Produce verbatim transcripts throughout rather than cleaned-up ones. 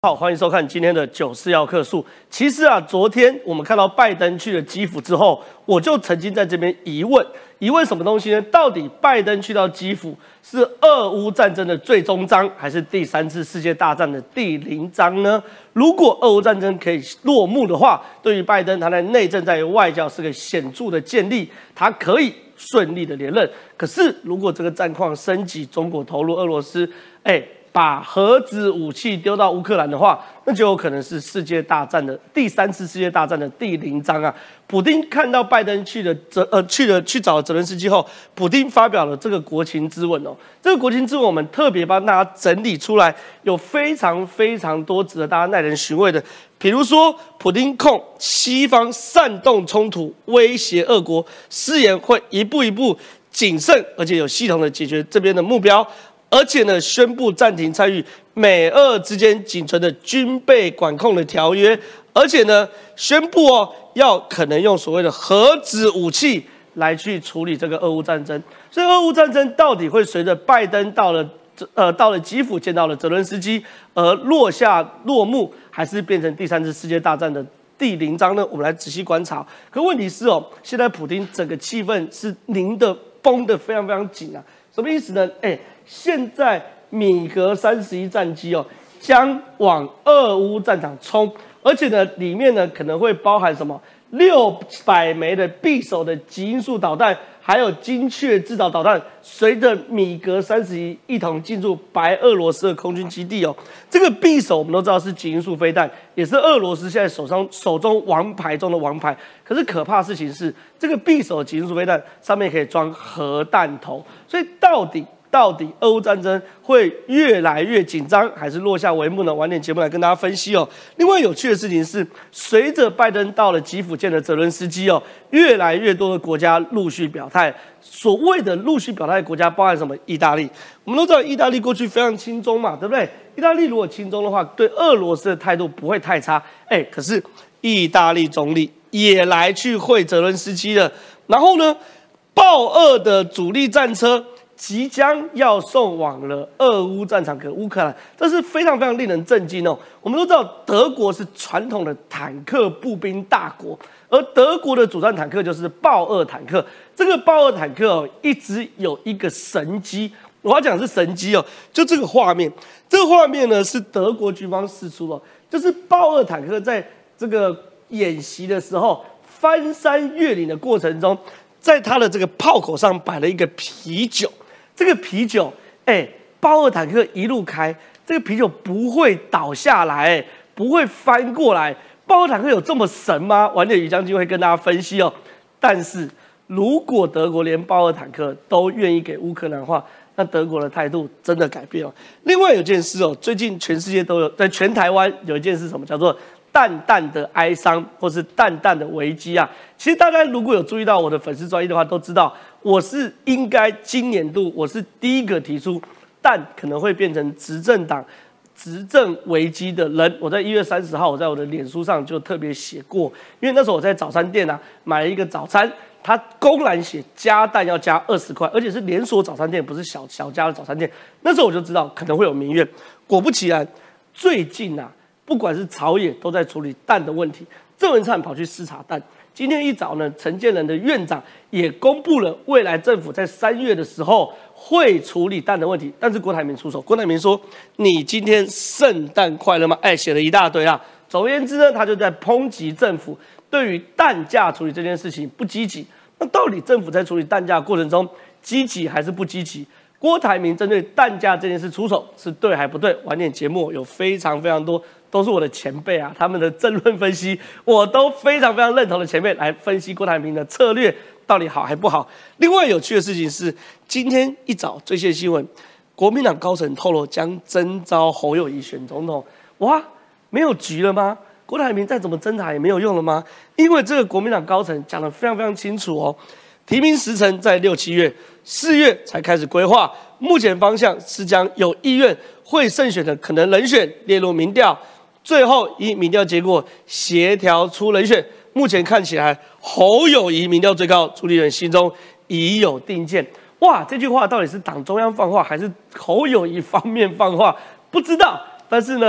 好，欢迎收看今天的九四要客诉。其实啊，昨天我们看到拜登去了基辅之后，我就曾经在这边疑问：疑问什么东西呢？到底拜登去到基辅是俄乌战争的最终章，还是第三次世界大战的第零章呢？如果俄乌战争可以落幕的话，对于拜登他在内政在外交是个显著的建立，他可以顺利的连任。可是如果这个战况升级，中国投入俄罗斯，哎。把核子武器丢到乌克兰的话，那就有可能是世界大战的第三次世界大战的第零章啊！普丁看到拜登去了泽呃去了去找泽伦斯基后，普丁发表了这个国情咨文哦。这个国情咨文我们特别帮大家整理出来，有非常非常多值得大家耐人寻味的。比如说，普丁控西方煽动冲突，威胁俄国，誓言会一步一步谨慎而且有系统的解决这边的目标。而且呢，宣布暂停参与美俄之间仅存的军备管控的条约，而且呢，宣布哦，要可能用所谓的核子武器来去处理这个俄乌战争。所以，俄乌战争到底会随着拜登到了呃到了基辅见到了泽伦斯基而落下落幕，还是变成第三次世界大战的第零章呢？我们来仔细观察。可问题是哦，现在普丁整个气氛是拧的绷得非常非常紧啊。什么意思呢？哎。现在米格三十一战机哦，将往俄乌战场冲，而且呢，里面呢可能会包含什么六百枚的匕首的极音速导弹，还有精确制导导弹，随着米格三十一一同进入白俄罗斯的空军基地哦。这个匕首我们都知道是极音速飞弹，也是俄罗斯现在手上手中王牌中的王牌。可是可怕的事情是，这个匕首极音速飞弹上面可以装核弹头，所以到底。到底俄乌战争会越来越紧张，还是落下帷幕呢？晚点节目来跟大家分析哦。另外有趣的事情是，随着拜登到了基辅见了泽伦斯基哦，越来越多的国家陆续表态。所谓的陆续表态的国家包含什么？意大利，我们都知道意大利过去非常亲中嘛，对不对？意大利如果亲中的话，对俄罗斯的态度不会太差。哎，可是意大利总理也来去会泽伦斯基了，然后呢，豹二的主力战车。即将要送往了俄乌战场给乌克兰，这是非常非常令人震惊哦。我们都知道德国是传统的坦克步兵大国，而德国的主战坦克就是豹二坦克。这个豹二坦克哦，一直有一个神机，我要讲是神机哦，就这个画面，这个画面呢是德国军方释出哦，就是豹二坦克在这个演习的时候翻山越岭的过程中，在它的这个炮口上摆了一个啤酒。这个啤酒，哎，豹二坦克一路开，这个啤酒不会倒下来，哎，不会翻过来。豹二坦克有这么神吗？晚点于将军会跟大家分析哦。但是如果德国连豹二坦克都愿意给乌克兰的话，那德国的态度真的改变了。另外有件事哦，最近全世界都有，在全台湾有一件事，什么叫做淡淡的哀伤，或是淡淡的危机啊？其实大家如果有注意到我的粉丝专页的话，都知道。我是应该今年度我是第一个提出但可能会变成执政党执政危机的人。我在一月三十号，我在我的脸书上就特别写过，因为那时候我在早餐店啊买了一个早餐，他公然写加蛋要加二十块，而且是连锁早餐店，不是小小家的早餐店。那时候我就知道可能会有民怨。果不其然，最近啊，不管是朝野都在处理蛋的问题，郑文灿跑去视察蛋。今天一早呢，陈建仁的院长也公布了未来政府在三月的时候会处理蛋的问题，但是郭台铭出手，郭台铭说：“你今天圣诞快乐吗？”哎，写了一大堆啊。总而言之呢，他就在抨击政府对于蛋价处理这件事情不积极。那到底政府在处理蛋价过程中积极还是不积极？郭台铭针对蛋价这件事出手是对还不对？晚点节目有非常非常多。都是我的前辈啊，他们的政论分析我都非常非常认同的前辈来分析郭台铭的策略到底好还不好。另外有趣的事情是，今天一早最新新闻，国民党高层透露将征召侯友宜选总统。哇，没有局了吗？郭台铭再怎么侦查也没有用了吗？因为这个国民党高层讲得非常非常清楚哦，提名时程在六七月，四月才开始规划，目前方向是将有意愿会胜选的可能人选列入民调。最后以民调结果协调出人选，目前看起来侯友宜民调最高，朱立伦心中已有定见。哇，这句话到底是党中央放话，还是侯友宜方面放话？不知道。但是呢，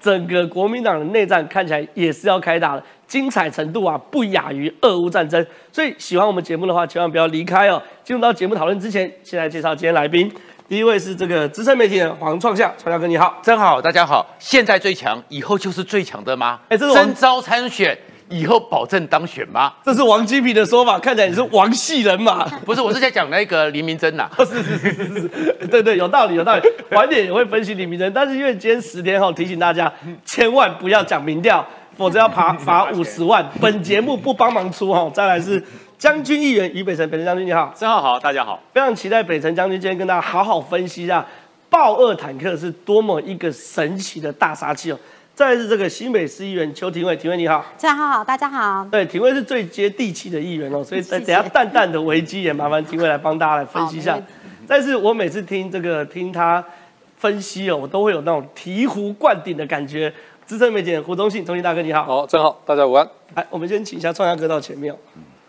整个国民党的内战看起来也是要开打了，精彩程度啊不亚于俄乌战争。所以喜欢我们节目的话，千万不要离开哦。进入到节目讨论之前，先来介绍今天来宾。第一位是这个资深媒体人黄创夏，创夏哥你好。 真好，大家好。现在最强，以后就是最强的吗？ 哎，这是征召参选。以后保证当选吗？ 这是王金平的说法，看起来你是王系人马。 不是，我是在讲那个林明珍呐。 是是是是是，对对，有道理有道理。晚点也会分析林明珍，但是因为今天十天后提醒大家，千万不要讲民调，否则要罚罚五十万。本节目不帮忙出哈。再来是将军议员于北辰，北辰将军你好。 真好好，大家好。 非常期待北辰将军今天跟大家好好分析一下豹二坦克是多么一个神奇的大杀器哦。再来是这个新北市议员邱廷尉，廷尉你好。 大家好，大家好。 对，廷尉是最接地气的议员哦，所以等一下淡淡的危机也麻烦廷尉来帮大家来分析一下。但是我每次听这个听他分析哦，我都会有那种醍醐灌顶的感觉。资深媒体人胡忠信，忠信大哥你好。 好，真好，大家午安。 来，我们先请一下创夏哥到前面哦。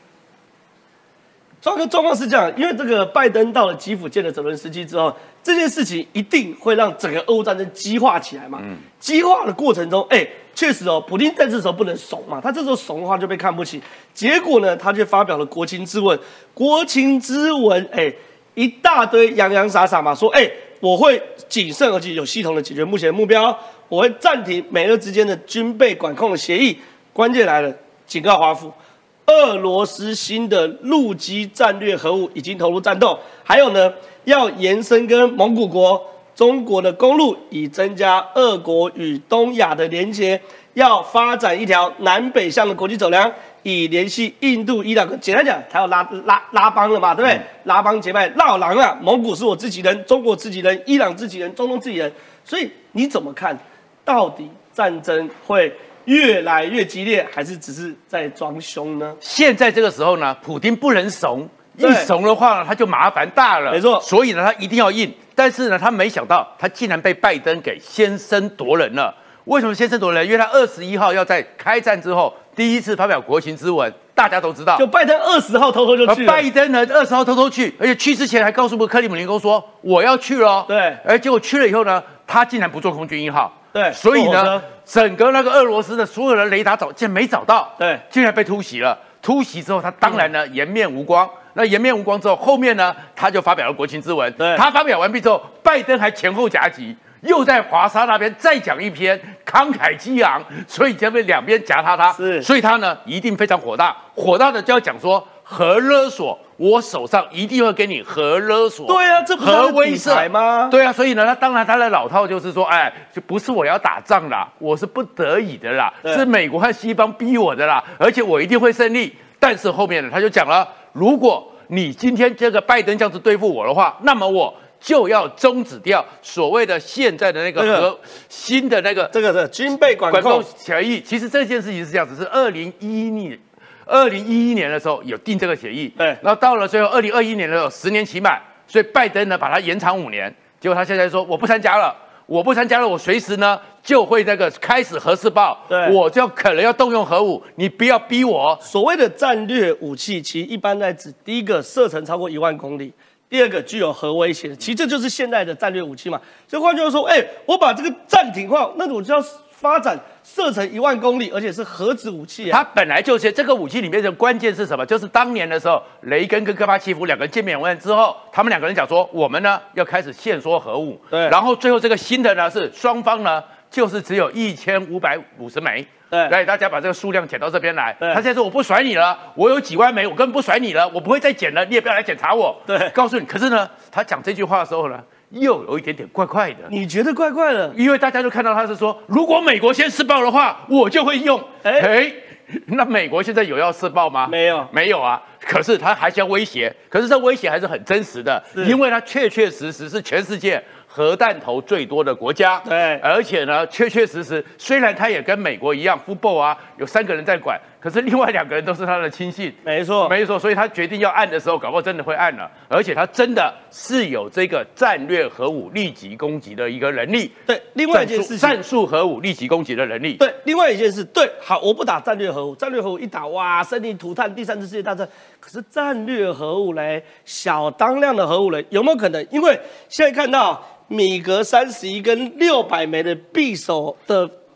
创夏哥状况是这样，因为这个拜登到了基辅见了泽伦斯基之后，这件事情一定会让整个俄乌战争激化起来嘛。嗯、激化的过程中，哎、欸，确实哦，普丁在这时候不能怂嘛，他这时候怂的话就被看不起。结果呢，他就发表了国情咨文，国情咨文，哎、欸，一大堆洋洋洒洒嘛，说，哎、欸，我会谨慎而且有系统的解决目前的目标，我会暂停美俄之间的军备管控的协议。关键来了，警告华府。俄罗斯新的陆基战略核武已经投入战斗，还有呢，要延伸跟蒙古国、中国的公路，以增加俄国与东亚的连结，要发展一条南北向的国际走廊，以联系印度、伊朗。简单讲，他要拉拉拉帮了嘛，对不对？嗯、拉帮结派，绕狼了。蒙古是我自己人，中国自己人，伊朗自己人，中东自己人。所以你怎么看？到底战争会越来越激烈，还是只是在装凶呢？ 现在这个时候呢，普丁不能怂，一怂的话呢，他就麻烦大了。 没错， 所以呢，他一定要硬。但是呢，他没想到，他竟然被拜登给先声夺人了。为什么先声夺人？因为他二十一号要在开战之后第一次发表国情咨文，大家都知道。 就拜登二十号偷偷就去了。 拜登呢，二十号偷偷去，而且去之前还告诉克里姆林宫说我要去了。 对， 而结果去了以后呢，他竟然不坐空军一号。 对， 所以呢，整个那个俄罗斯的所有的雷达找竟然没找到， 对， 竟然被突袭了。突袭之后，他当然呢颜面无光。那颜面无光之后，后面呢他就发表了国情咨文。 对， 他发表完毕之后，拜登还前后夹击，又在华沙那边再讲一篇，慷慨激昂。所以这边两边夹他他， 是， 所以他呢一定非常火大，火大的就要讲说核勒索。我手上一定会给你核勒索， 对啊，这不是核威慑吗？ 对啊，所以呢，他当然他的老套就是说，哎，就不是我要打仗啦，我是不得已的啦，是美国和西方逼我的啦，而且我一定会胜利。但是后面呢，他就讲了，如果你今天这个拜登这样子对付我的话，那么我就要终止掉所谓的现在的那个核、这个、新的那个这个是军备管控协议。其实这件事情是这样子，是二零一一年。二零一一年的时候有定这个协议， 对， 然后到了最后二零二一年的时候十年期满，所以拜登呢把它延长五年，结果他现在说我不参加了，我不参加了，我随时呢就会那个开始核试爆， 对， 我就可能要动用核武，你不要逼我。 所谓的战略武器，其实一般在指第一个射程超过一万公里，第二个具有核威胁，其实这就是现在的战略武器嘛。所以换句话说，哎、欸，我把这个暂停化，那我就要发展射程一万公里，而且是核子武器啊！ 它本来就是这个武器里面的关键是什么？就是当年的时候，雷根跟戈巴契夫两个人见面完之后，他们两个人讲说，我们呢要开始限缩核武。 对。 然后最后这个新的呢是双方呢就是只有一千五百五十枚。 对。 来，大家把这个数量减到这边来。对。他现在说我不甩你了，我有几万枚，我根本不甩你了，我不会再减了，你也不要来检查我。 对。 告诉你，可是呢，他讲这句话的时候呢，又有一点点怪怪的。 你觉得怪怪的？ 因为大家就看到他是说，如果美国先试爆的话，我就会用。哎、欸欸，那美国现在有要试爆吗？ 没有， 没有啊。可是他还是要威胁，可是这威胁还是很真实的，因为它确确实实是全世界核弹头最多的国家。 对， 而且呢，确确实实，虽然他也跟美国一样 ，football 啊，有三个人在管。可是另外两个人都是他的亲信， 没错， 没错，所以他决定要按的时候，搞不好真的会按了，而且他真的是有这个战略核武立即攻击的一个能力。 对，另外一件事情， 战术核武立即攻击的能力。 对，另外一件事，对，好，我不打战略核武，战略核武一打，哇，生灵涂炭，第三次世界大战。可是战略核武嘞，小当量的核武嘞，有没有可能？因为现在看到米格三十一跟六百枚的匕首的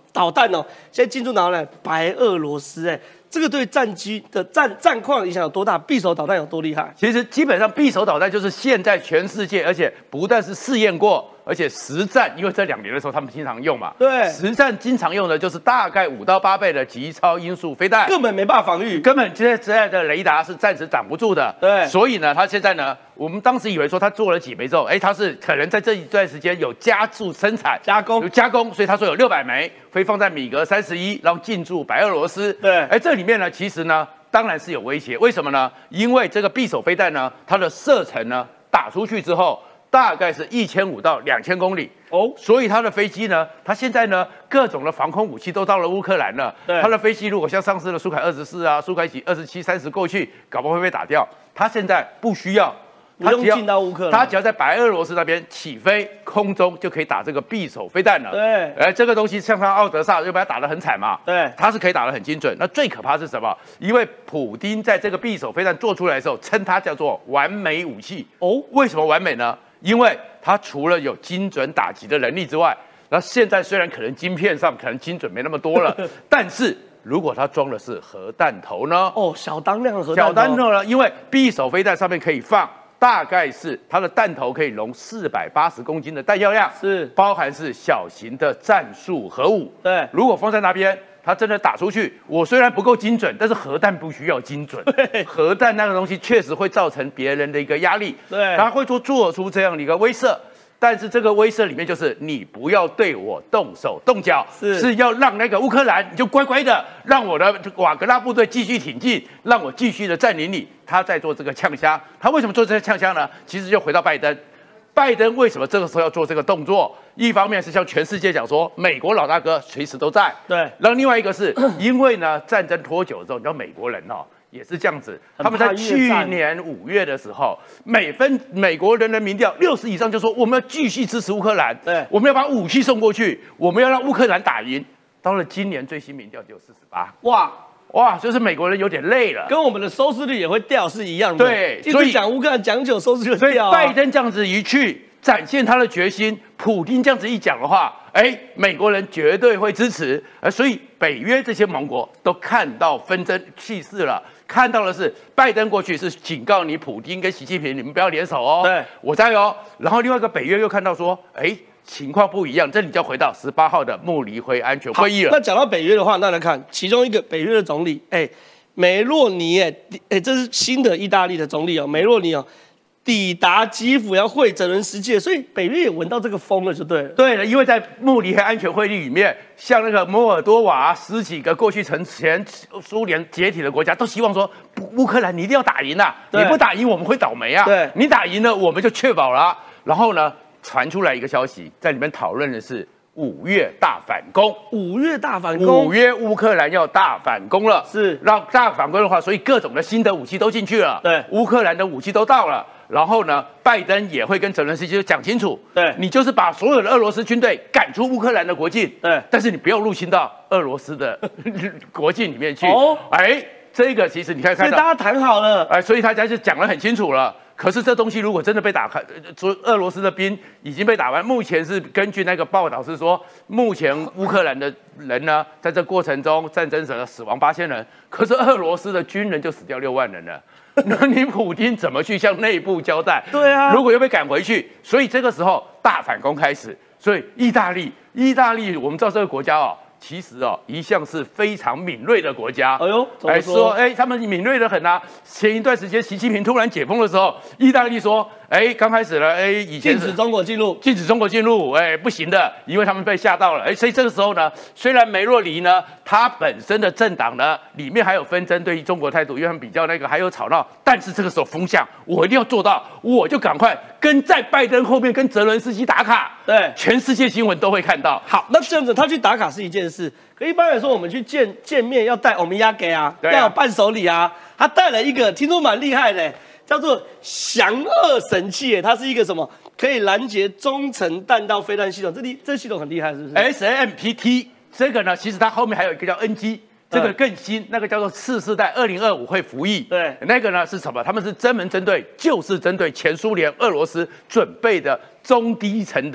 导弹哦，现在进驻哪里？白俄罗斯，哎，这个对战机的战战况影响有多大？匕首导弹有多厉害？ 其实基本上匕首导弹就是现在全世界，而且不但是试验过，而且实战，因为这两年的时候他们经常用嘛， 对， 实战经常用的就是大概五到八倍的极超音速飞弹， 根本没办法防御， 根本现在现在的雷达是暂时挡不住的。 对， 所以呢，他现在呢，我们当时以为说他做了几枚之后，哎，他是可能在这一段时间有加速生产、 加工、 有加工，所以他说有六百枚会放在米格三十一，然后进驻白俄罗斯。 对， 哎，这里面呢，其实呢。当然是有威胁，为什么呢？因为这个匕首飞弹呢，它的射程呢打出去之后，大概是一千五到两千公里哦，所以它的飞机呢，它现在呢各种的防空武器都到了乌克兰了。它的飞机如果像上次的苏凯二十四啊、苏凯几二十七、三十过去，搞不好会被打掉。它现在不需要。 不用进到乌克兰， 他只要在白俄罗斯那边起飞，空中就可以打这个匕首飞弹了。 对， 哎，这个东西像他奥德萨就把它打得很惨嘛。 对， 他是可以打得很精准。那最可怕是什么？因为普丁在这个匕首飞弹做出来的时候，称它叫做完美武器。哦，为什么完美呢？因为它除了有精准打击的能力之外，那现在虽然可能晶片上可能精准没那么多了，但是如果它装的是核弹头呢？ 哦，小当量的核弹头。 小弹头呢？因为匕首飞弹上面可以放。大概是它的弹头可以容四百八十公斤的弹药量， 是包含是小型的战术核武。 对， 如果放在那边，它真的打出去，我虽然不够精准，但是核弹不需要精准。核弹那个东西确实会造成别人的一个压力， 对， 它会做做出这样的一个威慑。但是这个威慑里面就是你不要对我动手动脚， 是是要让那个乌克兰你就乖乖的让我的瓦格纳部队继续挺进，让我继续的占领你。他在做这个呛虾，他为什么做这个呛虾呢？其实就回到拜登，拜登为什么这个时候要做这个动作？一方面是向全世界讲说，美国老大哥随时都在， 对。 然后另外一个是因为呢战争拖久之后，你知道美国人哦。也是这样子，他们在去年五月的时候，美分美国人的民调六十以上就说我们要继续支持乌克兰， 对， 我们要把武器送过去，我们要让乌克兰打赢。到了今年最新民调只有四十八， 哇哇，就是美国人有点累了， 跟我们的收视率也会掉是一样的。 对， 所以讲乌克兰讲久收视率会掉、啊。 所以拜登这样子一去，展现他的决心，普丁这样子一讲的话，哎，美国人绝对会支持。呃，所以北约这些盟国都看到纷争气势了。看到的是，拜登过去是警告你，普丁跟习近平，你们不要联手哦。 对， 我在哦。然后另外一个北约又看到说，哎，情况不一样，这里就要回到十八号的慕尼黑安全会议了。 那讲到北约的话，那来看其中一个北约的总理，哎，梅洛尼，哎，哎，这是新的意大利的总理哦，梅洛尼哦。抵达基辅要会泽伦斯基，所以北约也闻到这个风了，就对了。 对了，因为在慕尼黑安全会议里面，像那个摩尔多瓦十几个过去曾前苏联解体的国家，都希望说，乌克兰你一定要打赢啊！你不打赢我们会倒霉啊！ 对， 你打赢了我们就确保了、啊。然后呢，传出来一个消息，在里面讨论的是五月大反攻。 五月大反攻， 五月乌克兰要大反攻了， 是让大反攻的话，所以各种的新的武器都进去了， 对， 乌克兰的武器都到了。然后呢，拜登也会跟泽伦斯基讲清楚， 对， 你就是把所有的俄罗斯军队赶出乌克兰的国境， 对， 但是你不要入侵到俄罗斯的国境里面去。 哦， 哎，这个其实你看看到， 所以大家谈好了， 哎，所以大家就讲得很清楚了。可是这东西如果真的被打开，俄俄罗斯的兵已经被打完，目前是根据那个报道是说，目前乌克兰的人呢，在这过程中战争者死亡八千人，可是俄罗斯的军人就死掉六万人了。那你普丁怎么去向内部交代？ 对啊， 如果又被赶回去，所以这个时候大反攻开始。所以意大利，意大利我们知道这个国家哦，其实哦一向是非常敏锐的国家。 哎呦，怎么说？ 说哎，他们敏锐的很啊。前一段时间习近平突然解封的时候，意大利说，哎，刚开始了，哎，以前禁止中国进入， 禁止中国进入，哎，不行的，因为他们被吓到了。哎，所以这个时候呢，虽然梅洛尼呢，他本身的政党呢里面还有纷争，对于中国态度，因为他们比较那个还有吵闹，但是这个时候风向我一定要做到，我就赶快跟在拜登后面跟泽伦斯基打卡， 对， 全世界新闻都会看到。 好，那这样子他去打卡是一件事，可一般来说我们去见见面要带欧米亚给啊， 啊要有伴手礼啊，他带了一个听说蛮厉害的。叫做翔二神器，它是一个什么？可以拦截中程弹道飞弹系统。这里这系统很厉害，是不是 ？S M P T 这个呢，其实它后面还有一个叫 N G， 这个更新，那个叫做次世代，二零二五会服役。 对， 那个呢是什么？他们是专门针对，就是针对前苏联俄罗斯准备的中低层的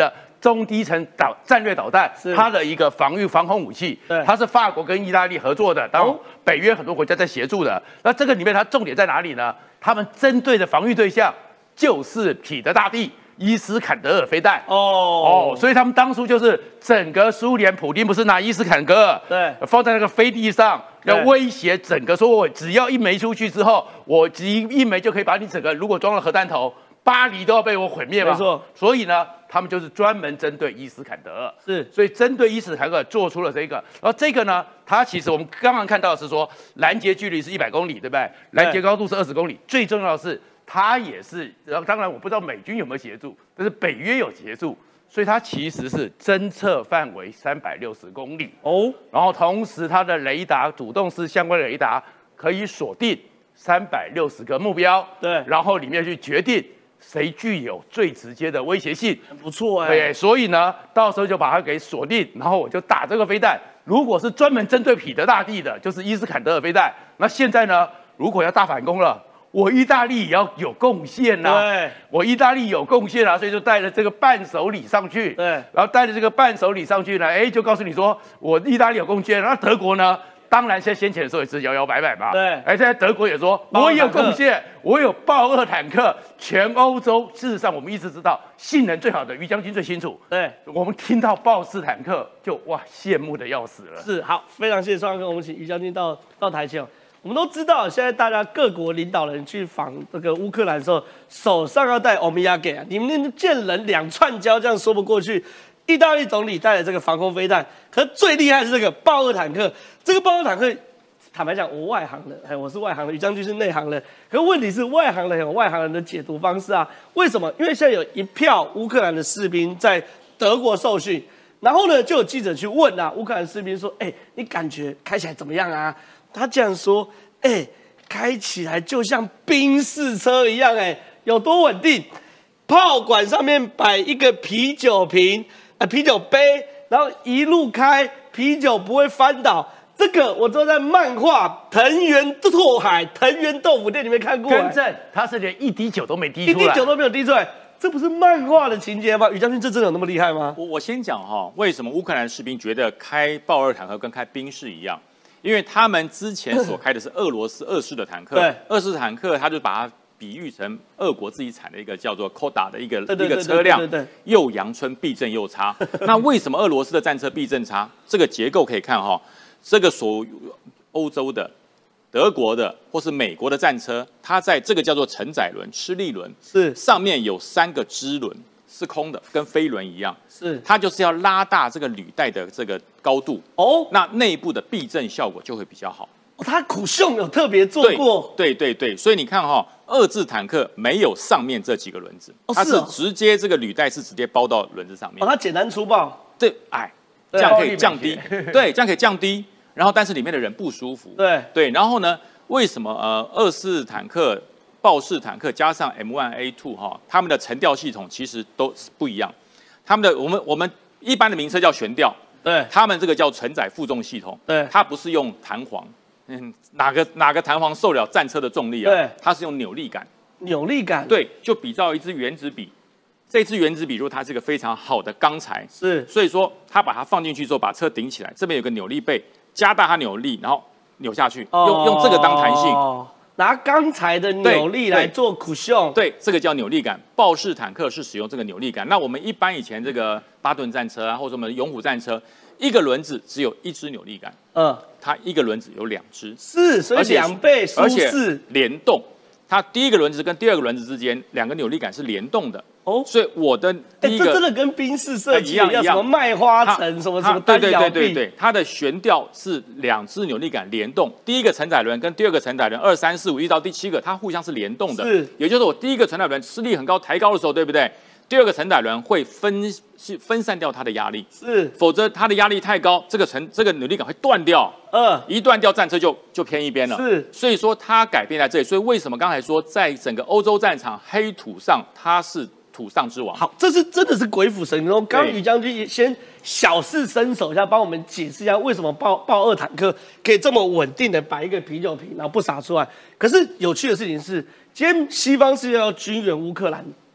中低程导战略导弹，它的一个防御防空武器，它是法国跟意大利合作的，当然北约很多国家在协助的。那这个里面它重点在哪里呢？他们针对的防御对象就是彼得大帝。伊斯坎德尔飞弹哦哦，所以他们当初就是整个苏联，普丁不是拿伊斯坎德尔对放在那个飞地上，要威胁整个，说我只要一枚出去之后，我一一枚就可以把你整个，如果装了核弹头，巴黎都要被我毁灭嘛。没错，所以呢，他们就是专门针对伊斯坎德尔，是，所以针对伊斯坎德尔做出了这个，然后这个呢，它其实我们刚刚看到的是说拦截距离是一百公里，对不对？拦截高度是二十公里，最重要的是。它也是，然后当然我不知道美军有没有协助，但是北约有协助，所以它其实是侦测范围三百六十公里哦。然后同时它的雷达主动式相关的雷达可以锁定三百六十个目标，对，然后里面去决定谁具有最直接的威胁性， 很不错哎。 对，所以呢，到时候就把它给锁定，然后我就打这个飞弹。如果是专门针对彼得大帝的，就是伊斯坎德尔飞弹。那现在呢，如果要大反攻了。我意大利也要有贡献呐，对，我意大利有贡献啊，所以就带了这个伴手礼上去，对，然后带着这个伴手礼上去呢，哎，就告诉你说我意大利有贡献，那德国呢，当然在先前的时候也是摇摇摆摆嘛，对，哎，现在德国也说我也有贡献，我有豹二坦克，全欧洲事实上我们一直知道性能最好的于将军最清楚，对，我们听到豹四坦克就哇羡慕的要死了， 是好，非常谢谢双哥，我们请于将军到到台前。我们都知道，现在大家各国领导人去访这个乌克兰的时候，手上要带欧米亚给啊，你们见人两串胶，这样说不过去。意大利总理带了这个防空飞弹，可是最厉害的是这个豹二坦克。这个豹二坦克，坦白讲，我外行人，哎，我是外行人，于将军是内行人。可是问题是，外行人有外行人的解读方式啊。为什么？因为现在有一票乌克兰的士兵在德国受训，然后呢，就有记者去问啊，乌克兰士兵说：“哎，你感觉开起来怎么样啊？”他这样说，哎、欸，开起来就像宾士车一样、欸，哎，有多稳定？炮管上面摆一个啤酒瓶，呃，啤酒杯，然后一路开，啤酒不会翻倒。这个我都在漫画《藤原拓海》《藤原豆腐店》里面看过、欸。 更正，他是连一滴酒都没滴出来， 一滴酒都没有滴出来。这不是漫画的情节吗？于将军，这真的有那么厉害吗？ 我我先讲哈，为什么乌克兰士兵觉得开豹二坦克跟开宾士一样？因为他们之前所开的是俄罗斯二式的坦克，对，二式坦克他就把它比喻成俄国自己产的一个叫做 Koda 的一个一个车辆，又阳春避震又差。那为什么俄罗斯的战车避震差？这个结构可以看哈，这个所欧洲的、德国的或是美国的战车，它在这个叫做承载轮、吃力轮，是上面有三个支轮。是空的，跟飞轮一样，是它就是要拉大这个履带的这个高度哦，那内部的避震效果就会比较好。 哦，它苦秀有特别做过， 对对 对, 对，所以你看哈、哦，二制坦克没有上面这几个轮子，哦、它是直接这个履带是直接包到轮子上面。 哦，它简单粗暴， 对，哎，这样可以降低，对，这样可以降低，然后但是里面的人不舒服，对对，然后呢，为什么呃二式坦克？豹式坦克加上 M 一 A 二 哈，他们的沉吊系统其实都是不一样。他们的我们我们一般的名车叫悬吊，对，他们这个叫承载负重系统，对，它不是用弹簧，嗯，哪个哪个弹簧受了战车的重力啊？对，它是用扭力杆， 扭力杆， 对，就比照一支原子笔，这支原子笔如果它是一个非常好的钢材，是，所以说它把它放进去之后，把车顶起来，这边有个扭力背，加大它扭力，然后扭下去，哦、用用这个当弹性。 拿钢材的扭力来做cushion， 对，这个叫扭力杆。豹式坦克是使用这个扭力杆。那我们一般以前这个巴顿战车啊，或者我们勇虎战车，一个轮子只有一支扭力杆，嗯，它一个轮子有两支， 是，所以两倍舒适， 联动。它第一个轮子跟第二个轮子之间两个扭力杆是联动的。哦，所以我的第一个， 欸、这真的跟宾士设计一样，什么麦花臣什么什么单摇臂， 对对对对对，它的悬吊是两支扭力杆联动，第一个承载轮跟第二个承载轮二三四五一到第七个，它互相是联动的，是，也就是我第一个承载轮施力很高抬高的时候，对不对？第二个承载轮会分分散掉它的压力，是，否则它的压力太高，这个承这个扭力杆会断掉，嗯，一断掉战车就就偏一边了，是，所以说它改变在这里，所以为什么刚才说在整个欧洲战场黑土上它是土上之王？ 好，这是真的是鬼斧神工。刚于将军先小试身手一下，帮我们解释一下为什么豹豹二坦克可以这么稳定的摆一个啤酒瓶，然后不洒出来。可是有趣的事情是，今天西方是要军援乌克兰，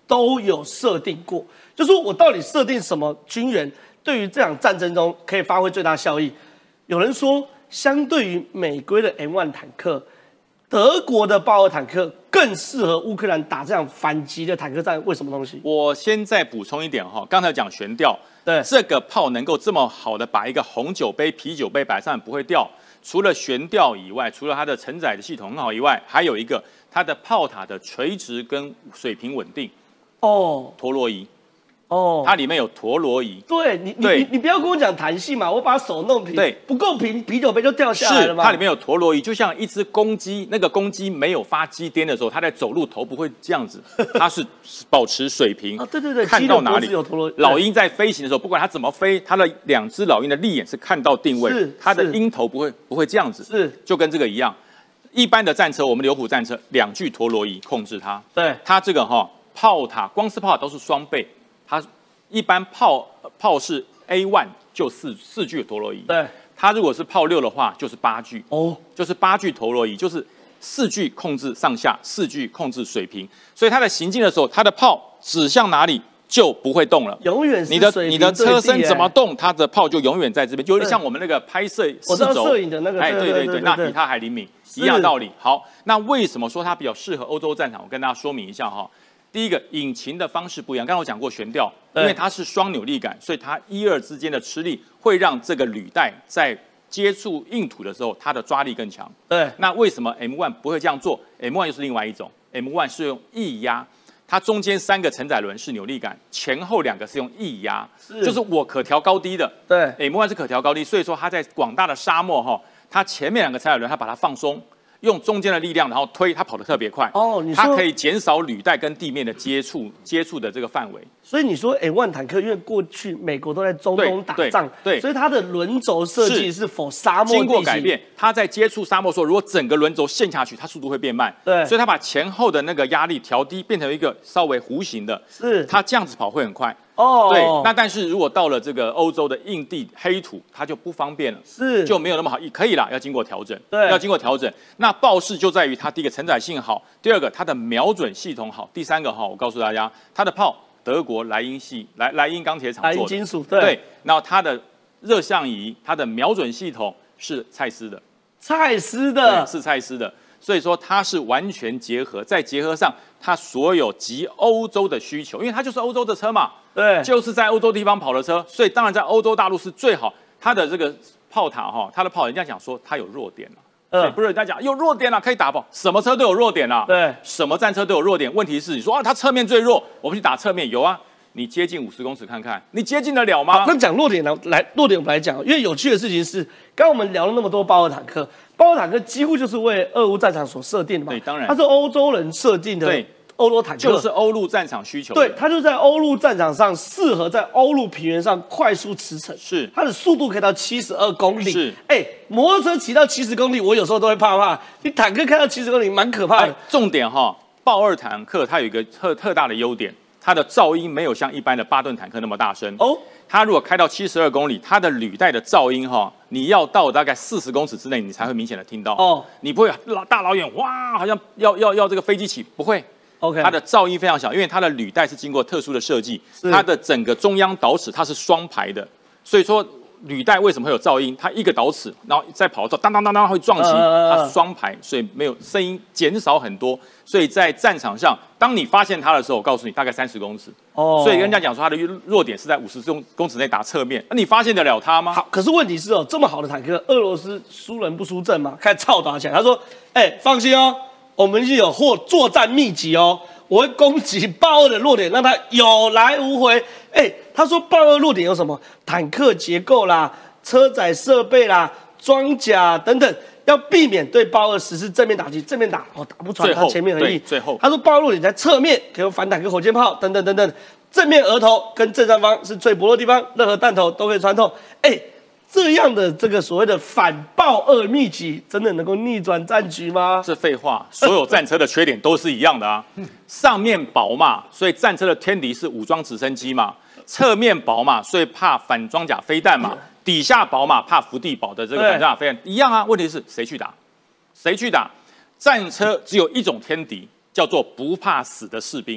都有设定过，就说我到底设定什么军援，对于这场战争中可以发挥最大效益。有人说，相对于美规的 M 一 坦克，德国的豹二坦克更适合乌克兰打这样反击的坦克战。为什么东西？ 我先再补充一点哈，刚才讲悬吊， 对， 这个炮能够这么好的把一个红酒杯、啤酒杯摆上不会掉，除了悬吊以外，除了它的承载的系统很好以外，还有一个它的炮塔的垂直跟水平稳定。哦，陀螺仪。哦，它里面有陀螺仪。 对你，你你你不要跟我讲弹性嘛，我把手弄平， 对， 不够平，啤酒杯就掉下来了嘛。 是，它里面有陀螺仪，就像一只公鸡，那个公鸡没有发鸡颠的时候，它在走路头不会这样子，它是保持水平。 啊，对对对， 看到哪里有陀螺。 老鹰在飞行的时候，不管它怎么飞，它的两只老鹰的立眼是看到定位，它的鹰头不会不会这样子， 是， 就跟这个一样。一般的战车，我们流虎战车两具陀螺仪控制它。 对， 它这个哈、哦、炮塔，光是炮塔都是双倍，它。一般炮炮是 A 一 就四四具陀螺仪， 对， 它如果是炮六的话，就是八具哦， 就是八具陀螺仪，就是四具控制上下，四具控制水平，所以它的行进的时候，它的炮指向哪里就不会动了， 永远是你的你的车身怎么动，它的炮就永远在这边，有点像我们那个拍摄四轴摄影的那个， 哎，对对对，那比它还灵敏，一样道理。好，那为什么说它比较适合欧洲战场？我跟大家说明一下哈。第一个引擎的方式不一样，刚刚我讲过悬吊，因为它是双扭力杆，所以它一二之间的吃力会让这个履带在接触硬土的时候，它的抓力更强。 对， 那为什么 M 一 不会这样做 ？M 一 又是另外一种 ，M 一 是用液压，它中间三个承载轮是扭力杆，前后两个是用液压，就是我可调高低的。 对 ，M 一 是可调高低，所以说它在广大的沙漠哈，它前面两个承载轮它把它放松。用中间的力量，然后推，它跑得特别快。哦，你说它可以减少履带跟地面的接触接触的这个范围。 所以你说 M 一 坦克，因为过去美国都在中东打仗， 对，对所以它的轮轴设计是否沙漠经过改变，它在接触沙漠的时候，如果整个轮轴陷下去，它速度会变慢。 对， 所以它把前后的那个压力调低，变成一个稍微弧形的， 是它这样子跑会很快。 哦， 对，那但是如果到了这个欧洲的硬地黑土，它就不方便了， 是就没有那么好，可以啦，要经过调整， 对， 要经过调整。那豹式就在于它第一个承载性好，第二个它的瞄准系统好，第三个哈，我告诉大家，它的炮德国莱茵系莱莱茵钢铁厂做的， 莱茵金属，对， 对，然后它的热像仪，它的瞄准系统是蔡司的， 蔡司的， 是蔡司的。所以说它是完全结合，再结合上它所有及欧洲的需求，因为它就是欧洲的车嘛， 对， 就是在欧洲地方跑的车，所以当然在欧洲大陆是最好。它的这个炮塔哈，它的炮人家讲说它有弱点了，嗯，不是人家讲有弱点了可以打爆，什么车都有弱点啦， 对， 什么战车都有弱点。问题是你说啊，它侧面最弱，我们去打侧面有啊。你接近五十公尺看看，你接近得了吗？ 那讲弱点呢？来，弱点我们来讲，因为有趣的事情是，刚刚我们聊了那么多豹二坦克，豹二坦克几乎就是为俄乌战场所设定的嘛。 对，当然， 它是欧洲人设定的， 对， 欧洲坦克就是欧陆战场需求。 对，它就在欧陆战场上适合在欧陆平原上快速驰骋。 是， 它的速度可以到七十二公里。 是， 哎，摩托车骑到七十公里，我有时候都会怕怕。你坦克开到七十公里，蛮可怕的。 重点哈，豹二坦克它有一个特特大的优点。它的噪音没有像一般的巴顿坦克那么大声哦。它如果开到七十二公里，它的履带的噪音哈，你要到大概四十公尺之内，你才会明显的听到哦。你不会老大老远哇，好像要要要这个飞机起，不会。 OK， 它的噪音非常小，因为它的履带是经过特殊的设计，它的整个中央导齿它是双排的，所以说履带为什么会有噪音？它一个导齿，然后再跑的时候当当当当会撞击，它是双排，所以没有声音减少很多。所以在战场上，当你发现它的时候，我告诉你大概三十公尺。哦，所以跟人家讲说它的弱点是在五十公公尺内打侧面，那你发现得了它吗？ 好，可是问题是哦，这么好的坦克，俄罗斯输人不输阵嘛，开始操打起来。他说：“哎、欸，放心哦，我们是有获作战秘籍哦，我会攻击豹二的弱点，让它有来无回。”哎，他说豹二弱点有什么？坦克结构啦、车载设备啦、装甲等等。要避免对豹二实施正面打击，正面打哦打不穿它前面而已。 最后， 他说豹二弱点在侧面，可以用反坦克火箭炮等等等等。正面额头跟正上方是最薄弱的地方，任何弹头都可以穿透。哎，这样的这个所谓的反豹二秘籍，真的能够逆转战局吗？ 这废话，所有战车的缺点都是一样的啊。上面薄嘛，所以战车的天敌是武装直升机嘛；侧面薄嘛，所以怕反装甲飞弹嘛。底下薄嘛，怕伏地堡的这个反装甲飞弹一样啊。问题是谁去打？谁去打？战车只有一种天敌，叫做不怕死的士兵。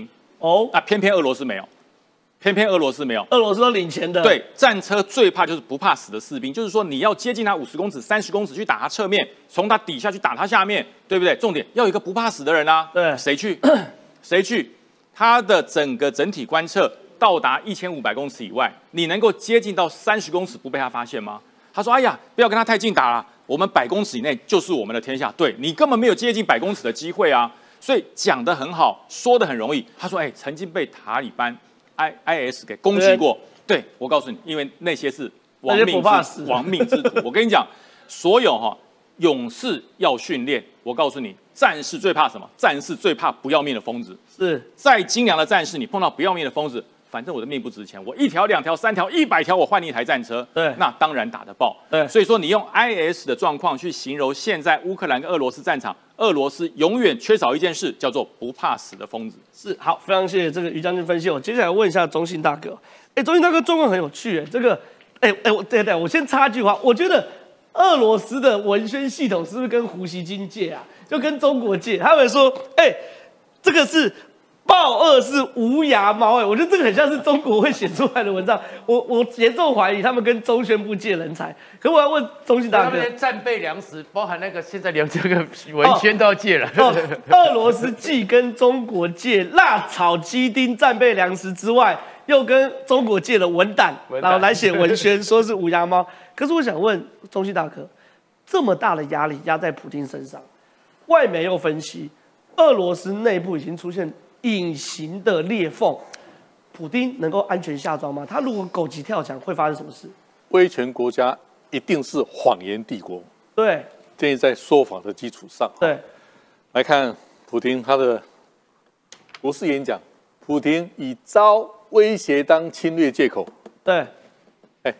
哦，那偏偏俄罗斯没有，偏偏俄罗斯没有， 俄罗斯都领前的。 对，战车最怕就是不怕死的士兵，就是说你要接近他五十公尺、三十公尺去打他侧面，从他底下去打他下面，对不对？重点要有一个不怕死的人啊。 对， 谁去？谁去？他的整个整体观测到达一千五百公尺以外，你能够接近到三十公尺不被他发现吗？他说：“哎呀，不要跟他太近打了，我们百公尺以内就是我们的天下。对你根本没有接近百公尺的机会啊！所以讲得很好，说得很容易。他说：‘哎，曾经被塔利班 I I S 给攻击过。’对我告诉你，因为那些是亡命之亡命之徒。我跟你讲，所有哈、哦、勇士要训练。我告诉你，战士最怕什么？战士最怕不要命的疯子。 是再精良的战士，你碰到不要命的疯子。”反正我的命不值钱，我一条、两条、三条、一百条，我换你一台战车， 对， 那当然打得爆。 对， 所以说你用 I S 的状况去形容现在乌克兰跟俄罗斯战场，俄罗斯永远缺少一件事，叫做不怕死的疯子。 是好，非常谢谢这个于将军分析。我接下来问一下中信大哥，哎，中信大哥状况很有趣，哎，这个，哎哎，我对对，我先插一句话，我觉得俄罗斯的文宣系统是不是跟胡锡进借啊？就跟中国借，他们说，哎，这个是。豹二是无牙猫哎，我觉得这个很像是中国会写出来的文章。我我严重怀疑他们跟中宣部借人才。可我要问中信大哥， 他们战备粮食，包含那个现在连这个文宣都要借了。 哦，俄罗斯既跟中国借辣炒鸡丁战备粮食之外，又跟中国借了文胆，然后来写文宣，说是无牙猫。可是我想问中信大哥，这么大的压力压在普丁身上，外媒又分析，俄罗斯内部已经出现隐形的裂缝，普丁能够安全下庄吗？他如果狗急跳墙，会发生什么事？ 威权国家一定是谎言帝国。 对， 建议在说法的基础上， 对， 来看普丁他的国事演讲。普丁以遭威胁当侵略借口， 对， 哎，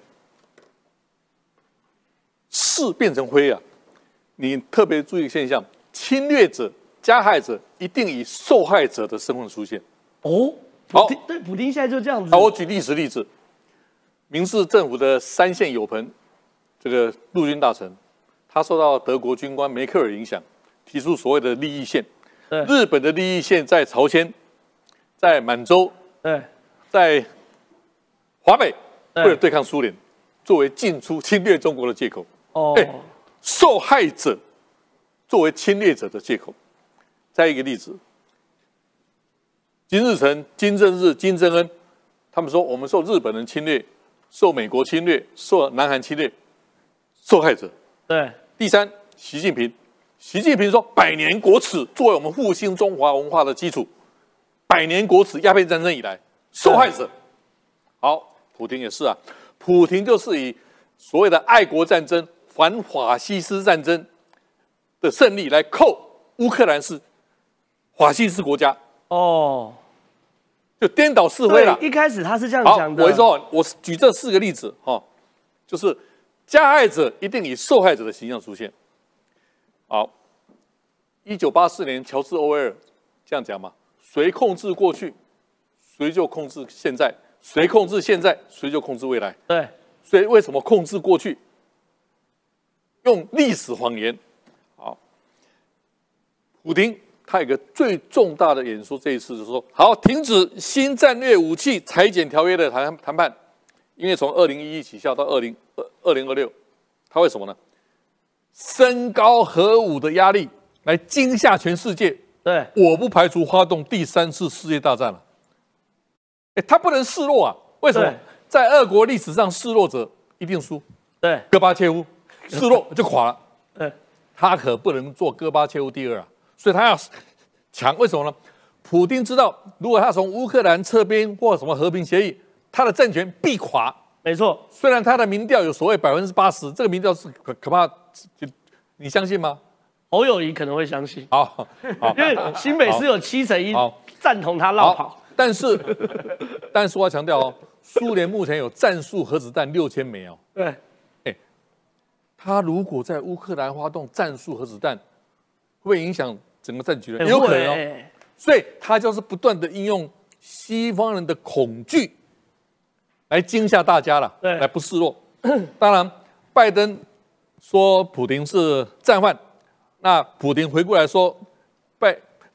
是变成灰啊！你特别注意一个现象：侵略者、加害者一定以受害者的身份出现。 哦， 好， 对，普丁现在就这样子。 好，我举历史例子。明治政府的三线有朋，这个陆军大臣，他受到德国军官梅克尔影响，提出所谓的利益线。 对， 日本的利益线在朝鲜，在满洲， 对， 在华北，为了对抗苏联，作为进出侵略中国的借口。 哦， 哎，受害者作为侵略者的借口。再一个例子，金日成、金正日、金正恩，他们说我们受日本人侵略，受美国侵略，受南韩侵略，受害者。 对。 第三，习近平，习近平说百年国耻作为我们复兴中华文化的基础，百年国耻，鸦片战争以来受害者。好，普丁也是啊，普丁就是以所谓的爱国战争、反法西斯战争的胜利来扣乌克兰是法西斯国家。 哦， 就颠倒是非了。 一开始他是这样讲的。 好，我说，我举这四个例子哈、哦，就是加害者一定以受害者的形象出现。好，一九八四年乔治·欧威尔这样讲嘛：谁控制过去，谁就控制现在；谁控制现在，谁就控制未来。 对， 所以为什么控制过去？用历史谎言。好，普丁。他有一个最重大的演说，这一次就是说，好，停止新战略武器裁减条约的谈谈判，因为从二零一一起效到二零二二零二六，他为什么呢？升高核武的压力，来惊吓全世界。 对， 我不排除发动第三次世界大战了。哎，他不能示弱啊！为什么？在俄国历史上，示弱者一定输。 对， 戈巴切夫示弱就垮了。 对， 他可不能做戈巴切夫第二啊！所以他要强，为什么呢？普丁知道，如果他从乌克兰撤兵或什么和平协议，他的政权必垮。 没错， 虽然他的民调有所谓百分之八十，这个民调是可可怕，你相信吗？ 侯友宜可能会相信。 好， 因为新北市有七成一赞同他绕跑。 但是，但是我要强调哦，苏联目前有战术核子弹六千枚哦。 对， 哎，他如果在乌克兰发动战术核子弹，会不会影响整个战局呢？有可能哦。所以他就是不断的应用西方人的恐惧来惊吓大家了，来不示弱。当然，拜登说普丁是战犯，那普丁回过来说，拜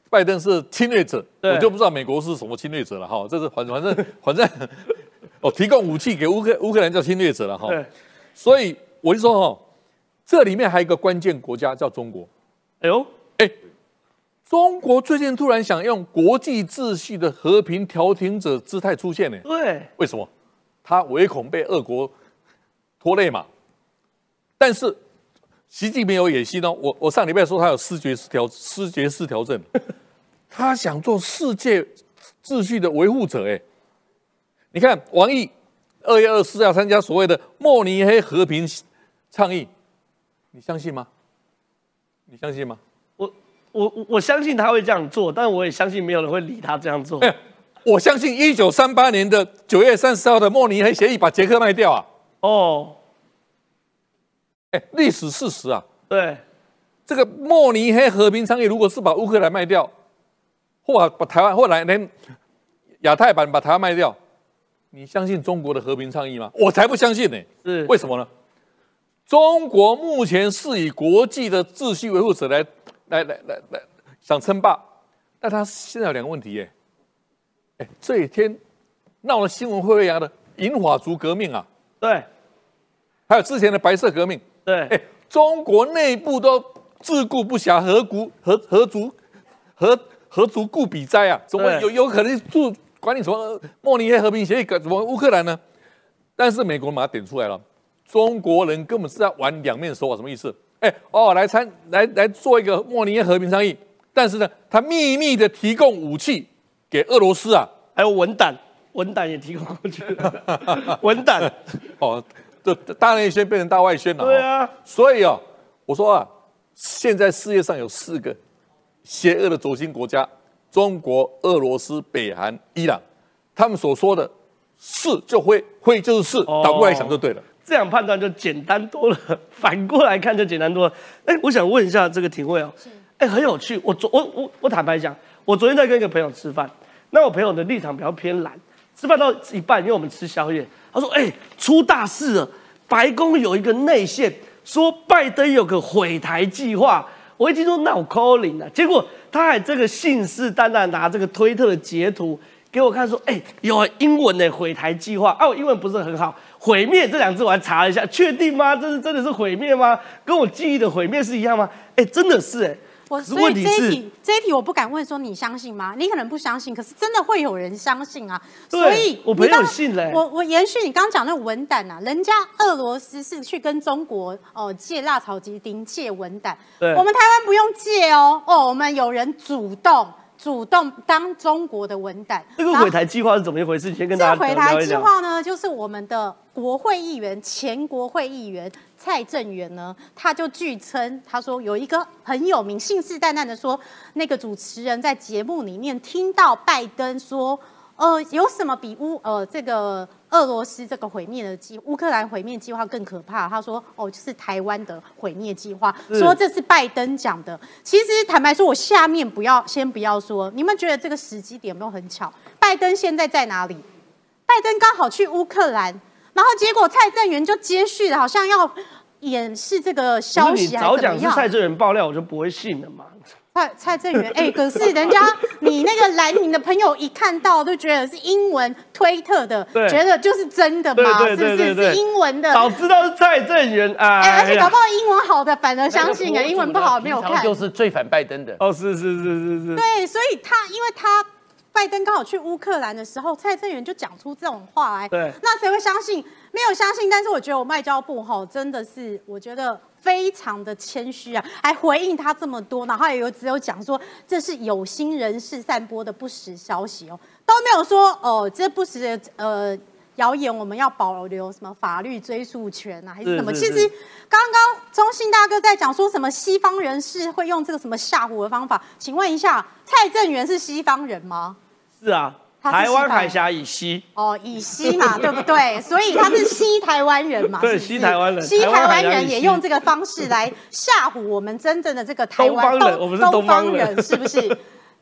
拜登是侵略者， 对我就不知道美国是什么侵略者了哈。这是反反正反正哦，提供武器给乌克乌克兰叫侵略者了哈。所以我就说哈，这里面还有一个关键国家叫中国。 哎呦， 哎，中国最近突然想用国际秩序的和平调停者姿态出现呢。 对， 为什么？他唯恐被俄国拖累嘛。但是习近平有野心哦。我我上礼拜说他有视觉失调视觉失调症，他想做世界秩序的维护者。哎，你看王毅二月二十四要参加所谓的慕尼黑和平倡议，你相信吗？你相信吗？ 我我我相信他会这样做，但我也相信没有人会理他这样做。 哎，我相信一九三八年的九月三十号的慕尼黑协议把捷克卖掉啊。 哦。 哎，历史事实啊， 对， 这个慕尼黑和平倡议，如果是把乌克兰卖掉，或把把台湾，或来连亚太版把台湾卖掉，你相信中国的和平倡议吗？我才不相信呢、欸。 是为什么呢？中国目前是以国际的秩序维护者来来来来来想称霸，但他现在有两个问题耶、欸。哎，这一天闹得新闻沸沸扬的银发族革命啊， 对， 还有之前的白色革命。 对， 哎，中国内部都自顾不暇，何足何何足何何足顾彼哉啊？怎么有有可能住管你什么慕尼黑和平协议，什么乌克兰呢？但是美国把它点出来了，中国人根本是在玩两面手法，什么意思？哎哦，来参来来做一个慕尼黑和平倡议，但是呢，他秘密的提供武器给俄罗斯啊， 还有文胆，文胆也提供过去了，文胆哦。就大内宣变成大外宣了。 对啊， 所以啊，我说啊，现在世界上有四个邪恶的轴心国家：中国、俄罗斯、北韩、伊朗。他们所说的是就会，会就是是，倒过来想就对了。 这样判断就简单多了，反过来看就简单多了。哎，我想问一下这个廷慧哦，哎，很有趣。我昨我我我坦白讲，我昨天在跟一个朋友吃饭，那我朋友的立场比较偏蓝。吃饭到一半，因为我们吃宵夜，他说：“哎、欸，出大事了！白宫有一个内线，说拜登有个毁台计划。”我一听说脑壳灵啊，结果他还这个信誓旦旦拿这个推特的截图给我看，说：“哎、欸，有英文的毁台计划啊！”我英文不是很好，毁灭这两字我还查了一下，确定吗？这是真的是毁灭吗？跟我记忆的毁灭是一样吗？哎、欸，真的是哎、欸。 我所以这一题这一题我不敢问说你相信吗？你可能不相信，可是真的会有人相信啊。所以我朋友信嘞、欸。 我我延续你刚刚讲那个文胆啊，人家俄罗斯是去跟中国哦、呃、借辣草鸡丁借文胆，我们台湾不用借哦哦，我们有人主动。主动当中国的文胆， 这个毁台计划是怎么一回事？你先跟大家聊一聊。这个毁台计划呢，就是我们的国会议员、前国会议员蔡正元呢，他就据称，他说有一个很有名、信誓旦旦的说，那个主持人在节目里面听到拜登说，呃，有什么比乌呃这个俄罗斯这个毁灭的计乌克兰毁灭计划更可怕？他说，哦，就是台湾的毁灭计划，说这是拜登讲的。其实坦白说，我下面不要先不要说，你们觉得这个时机点有没有很巧？拜登现在在哪里？拜登刚好去乌克兰，然后结果蔡正元就接续了，好像要掩饰这个消息，还是你早讲是蔡正元爆料，我就不会信了嘛。 蔡蔡正元，哎、欸，可是人家你那个蓝营的朋友一看到都觉得是英文推特的，觉得就是真的嘛， 对对对对对是不是？是英文的， 早知道是蔡正元啊！ 哎、欸，而且搞不好英文好的反而相信啊，英文不好没有看， 就是最反拜登的。 哦，是是是是是。 对，所以他因为他拜登刚好去乌克兰的时候，蔡正元就讲出这种话来， 对， 那谁会相信？没有相信，但是我觉得我外交部哈真的是，我觉得。非常的谦虚啊，还回应他这么多，然后也有只有讲说这是有心人士散播的不实消息哦，都没有说哦这不实的呃谣言我们要保留什么法律追诉权啊，还是什么？ 是是是其实刚刚中信大哥在讲说什么西方人士会用这个什么吓唬的方法，请问一下，蔡正元是西方人吗？ 是啊。台湾海峡以西哦，以西嘛，对不对？所以他是西台湾人嘛， 对，西台湾人， 西台湾人也用这个方式来吓唬我们真正的这个台湾东方人，我们是东方人， 是不是？那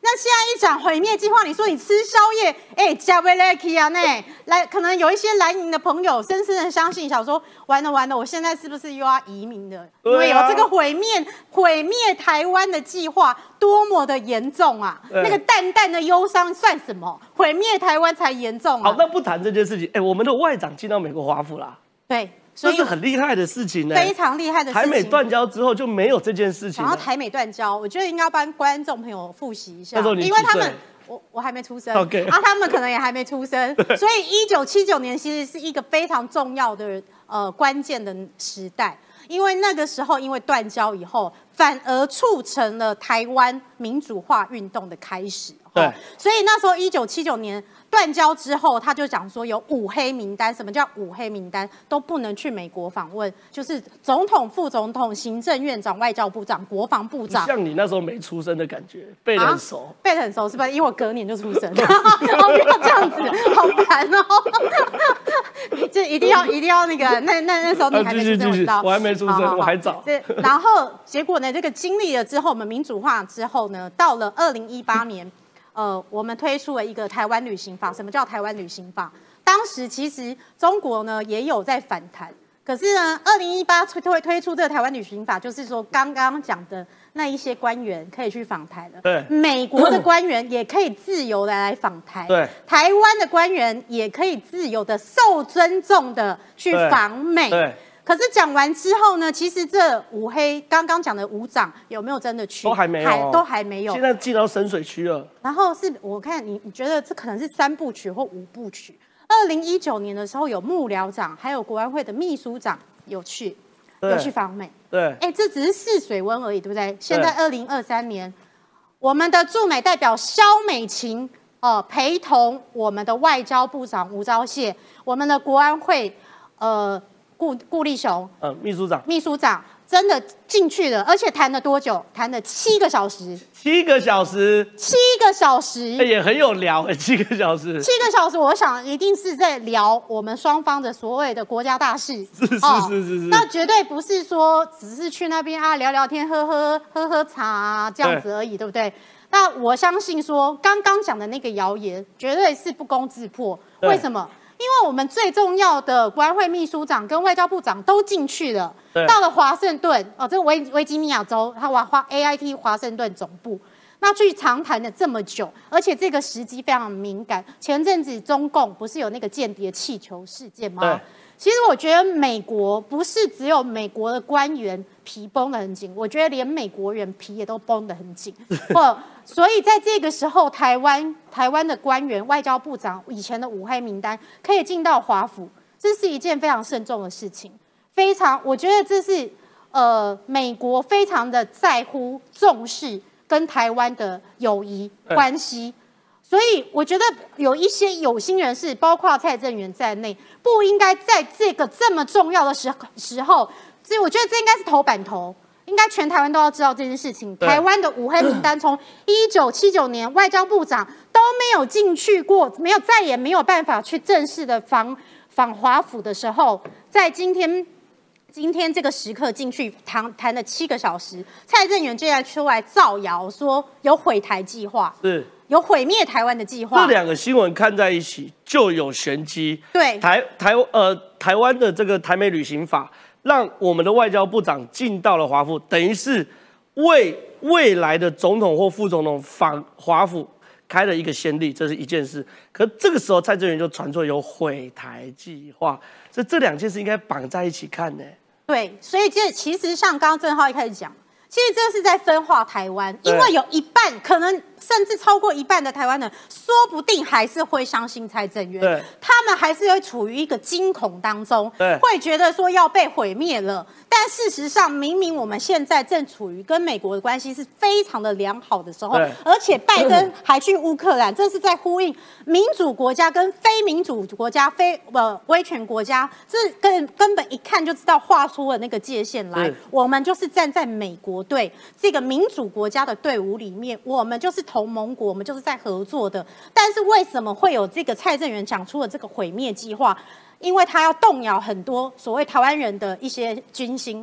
那现在一讲毁灭计划，你说你吃宵夜，哎，加维雷基啊，呢，来，可能有一些蓝营的朋友深深的相信，想说完了完了，我现在是不是又要移民了？因为有这个毁灭毁灭台湾的计划，多么的严重啊！那个淡淡的忧伤算什么？毁灭台湾才严重啊！ 好，那不谈这件事情，哎，我们的外长进到美国华府啦， 对。 这是很厉害的事情呢， 非常厉害的事情。 台美断交之后就没有这件事情。 然后台美断交，我觉得应该要帮观众朋友复习一下， 因为他们我我还没出生 ，OK， 啊，他们可能也还没出生，所以一九七九年其实是一个非常重要的呃关键的时代，因为那个时候因为断交以后，反而促成了台湾民主化运动的开始。 对， 所以那时候一九七九年。断交之后，他就讲说有五黑名单。什么叫五黑名单？都不能去美国访问，就是总统、副总统、行政院长、外交部长、国防部长。 像你那时候没出生的感觉，背得很熟，啊、 背得很熟是吧？因为我隔年就出生，哦，不要这样子，好烦哦！就一定要一定要那个，那那那时候你还没出生，我知道， 我还没出生，好好好我还早。 然后结果呢，这个经历了之后，我们民主化之后呢，到了二零一八年。呃，我们推出了一个台湾旅行法。什么叫台湾旅行法？当时其实中国呢也有在反弹，可是呢，二零一八推推推出这个台湾旅行法，就是说刚刚讲的那一些官员可以去访台了。 对， 美国的官员也可以自由的来访台。 对， 台湾的官员也可以自由的、受尊重的去访美。 对。 可是讲完之后呢，其实这五黑刚刚讲的五长有没有真的去？ 都还没有，还都还没有。 现在进到深水区了。 然后是我看你，你觉得这可能是三部曲或五部曲。二零一九年的时候，有幕僚长还有国安会的秘书长有去，有去访美。 对， 哎，这只是试水温而已，对不对？现在二零二三年，我们的驻美代表萧美琴呃陪同我们的外交部长吴钊燮，我们的国安会呃。顾顾立雄， 呃，秘书长， 秘书长真的进去了，而且谈了多久？谈了七个小时， 七个小时， 七个小时， 也很有聊哎，七个小时， 七个小时，我想一定是在聊我们双方的所谓的国家大事， 是是是是是， 那绝对不是说只是去那边啊聊聊天、喝喝喝喝茶啊这样子而已，对不对？那我相信说刚刚讲的那个谣言绝对是不攻自破，为什么？因为我们最重要的国安会秘书长跟外交部长都进去了，到了华盛顿哦，这个维维吉尼亚州，他华华 A I T 华盛顿总部，那去长谈了这么久，而且这个时机非常敏感。前阵子中共不是有那个间谍气球事件吗？其实我觉得美国不是只有美国的官员皮绷得很紧，我觉得连美国人皮也都绷得很紧。或所以在这个时候，台湾台湾的官员、外交部长以前的五黑名单可以进到华府，这是一件非常慎重的事情。非常，我觉得这是呃美国非常的在乎、重视跟台湾的友谊关系。所以我觉得有一些有心人士，包括蔡正元在内，不应该在这个这么重要的时时候，所以我觉得这应该是头版头，应该全台湾都要知道这件事情。台湾的五黑名单从一九七九年外交部长都没有进去过，没有再也没有办法去正式的访访华府的时候，在今天。今天这个时刻进去谈谈了七个小时，蔡正元竟然出来造谣说有毁台计划， 是有毁灭台湾的计划。 这两个新闻看在一起就有玄机。 对， 台台呃台湾的这个台美旅行法，让我们的外交部长进到了华府，等于是为未来的总统或副总统访华府开了一个先例，这是一件事。可这个时候蔡正元就传出有毁台计划，所以这两件事应该绑在一起看呢。 对，所以这其实像刚刚郑浩一开始讲，其实这是在分化台湾，因为有一半可能甚至超过一半的台湾人，说不定还是会相信蔡正元， 对， 他们还是会处于一个惊恐当中， 对， 会觉得说要被毁灭了。但事实上，明明我们现在正处于跟美国的关系是非常的良好的时候，而且拜登还去乌克兰，这是在呼应民主国家跟非民主国家、非呃威权国家，这根根本一看就知道画出了那个界限来。我们就是站在美国队这个民主国家的队伍里面，我们就是同盟国，我们就是在合作的。但是为什么会有这个蔡正元讲出了这个毁灭计划？因为他要动摇很多所谓台湾人的一些军心，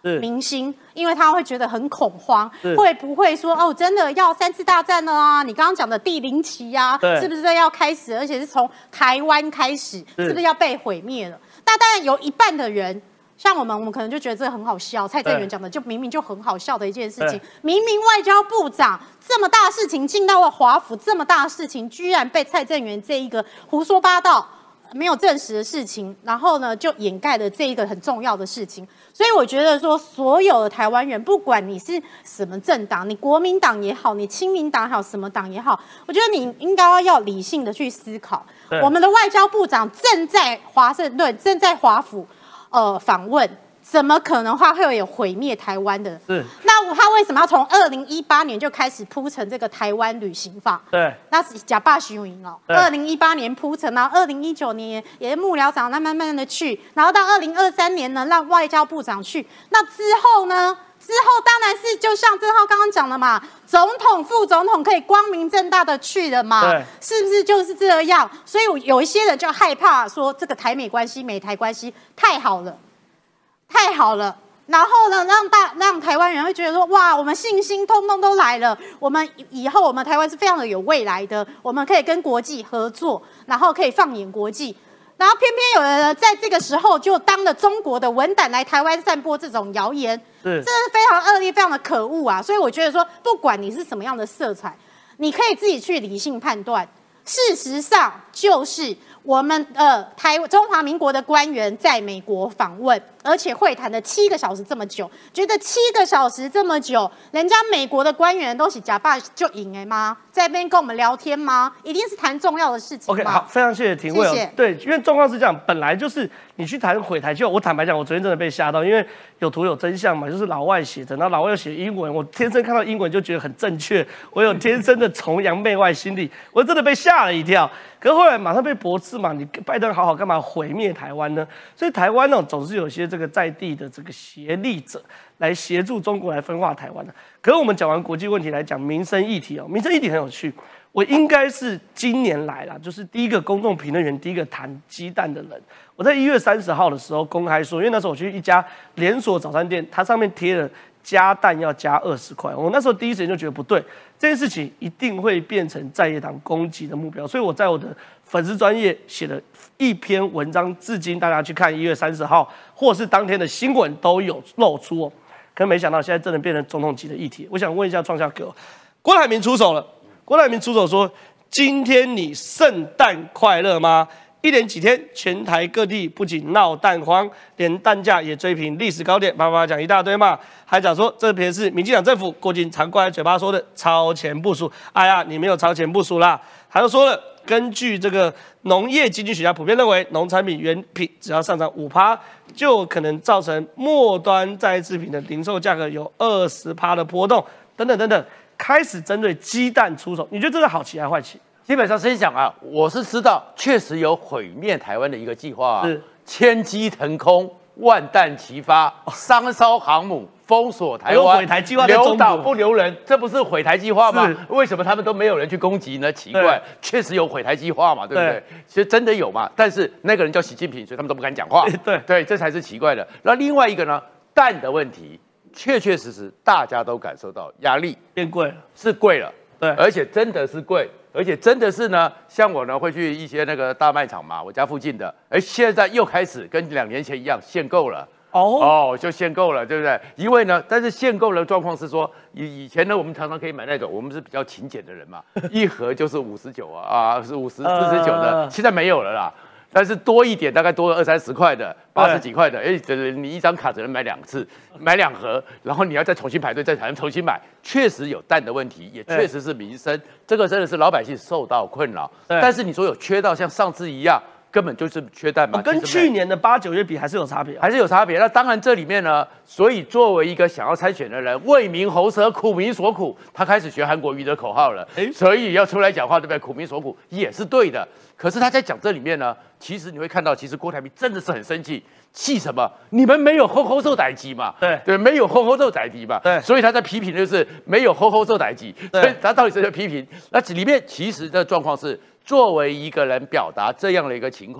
民心，因为他会觉得很恐慌，会不会说哦，真的要三次大战了啊？你刚刚讲的第零期啊，是不是要开始？而且是从台湾开始，是不是要被毁灭了？那当然有一半的人。像我们，我们可能就觉得这很好笑。蔡正元讲的就明明就很好笑的一件事情，明明外交部长这么大事情进到了华府，这么大的事情居然被蔡正元这一个胡说八道、没有证实的事情，然后呢就掩盖了这一个很重要的事情。所以我觉得说，所有的台湾人，不管你是什么政党，你国民党也好，你亲民党也好，什么党也好，我觉得你应该要理性的去思考。我们的外交部长正在华盛顿，正在华府。呃，访问怎么可能话会有毁灭台湾的？是，那他为什么要从二零一八年就开始铺成这个台湾旅行法？对，那是假霸虚营哦。二零一八年铺成，然后二零一九年也是幕僚长，那慢慢的去，然后到二零二三年呢，让外交部长去。那之后呢？之后当然是就像正浩刚刚讲的嘛，总统、副总统可以光明正大的去的嘛，是不是就是这样？所以有一些人就害怕说这个台美关系、美台关系太好了，太好了。然后呢，让大让台湾人会觉得说，哇，我们信心通通都来了，我们以后我们台湾是非常的有未来的，我们可以跟国际合作，然后可以放眼国际。然后偏偏有人在这个时候就当了中国的文胆来台湾散播这种谣言，这是非常恶劣、非常的可恶啊！所以我觉得说，不管你是什么样的色彩，你可以自己去理性判断。事实上，就是我们呃台中华民国的官员在美国访问，而且会谈了七个小时这么久，觉得七个小时这么久，人家美国的官员都是假扮就赢哎吗？在那边跟我们聊天吗？一定是谈重要的事情吗 ？OK， 好，非常谢谢廷慧哦。 谢谢。 对，因为状况是这样，本来就是你去谈毁台就，我坦白讲，我昨天真的被吓到，因为有图有真相嘛，就是老外写的，然后老外又写英文，我天生看到英文就觉得很正确，我有天生的崇洋媚外心理，我真的被吓了一跳。可是后来马上被驳斥嘛，你拜登好好干嘛毁灭台湾呢？所以台湾呢，总是有些这个在地的这个协力者来协助中国来分化台湾的。可是我们讲完国际问题来讲民生议题哦，民生议题很有趣。我应该是今年来啦，就是第一个公众评论员，第一个谈鸡蛋的人。我在一月三十号的时候公开说，因为那时候我去一家连锁早餐店，它上面贴了加蛋要加二十块，我那时候第一时间就觉得不对，这件事情一定会变成在野党攻击的目标，所以我在我的粉丝专页写了一篇文章，至今大家去看一月三十号或是当天的新闻都有露出哦。可是没想到现在真的变成总统级的议题。我想问一下创下哥，郭台铭出手了。郭台铭出手说：“今天你圣诞快乐吗？”一连几天，全台各地不仅闹蛋荒，连蛋价也追平历史高点，叭叭讲一大堆嘛，还讲说这便是民进党政府郭瑾常挂在嘴巴说的超前部署。哎呀，你没有超前部署啦！他又说了，根据这个农业经济学家普遍认为，农产品原品只要上涨五趴，就可能造成末端再制品的零售价格有二十趴的波动，等等等等。开始针对鸡蛋出手，你觉得这是好棋还是坏棋？ 基本上先讲啊，我是知道确实有毁灭台湾的一个计划啊，是千机腾空，万弹齐发，商艘航母封锁台湾， 毁台计划留岛不留人，这不是毁台计划吗？为什么他们都没有人去攻击呢？奇怪，确实有毁台计划嘛，对不对？其实真的有嘛，但是那个人叫习近平，所以他们都不敢讲话。对对，这才是奇怪的。那另外一个呢，蛋的问题。确确实实，大家都感受到压力变贵了， 是贵了， 对， 而且真的是贵，而且真的是呢，像我呢会去一些那个大卖场嘛，我家附近的，哎，现在又开始跟两年前一样限购了，哦哦，就限购了，对不对？因为呢，但是限购的状况是说，以以前呢，我们常常可以买那种，我们是比较勤俭的人嘛，一盒就是五十九啊，啊是五十四十九的，现在没有了啦。但是多一点，大概多了二三十块的，八十几块的，哎，你一张卡只能买两次，买两盒，然后你要再重新排队，再才能重新买。确实有蛋的问题，也确实是民生，这个真的是老百姓受到困扰。但是你说有缺到像上次一样，根本就是缺蛋嘛， 跟去年的八九月比还是有差别， 还是有差别。那当然这里面呢，所以作为一个想要参选的人，为民喉舌，苦民所苦，他开始学韩国瑜的口号了，所以要出来讲话，对不对？苦民所苦也是对的。可是他在讲这里面呢，其实你会看到，其实郭台铭真的是很生气，气什么？你们没有吼吼受逮鸡嘛？对对，没有吼吼受逮鸡嘛？对，所以他在批评就是没有吼吼受逮鸡，所以他到底是在批评？那里面其实的状况是，作为一个人表达这样的一个情况，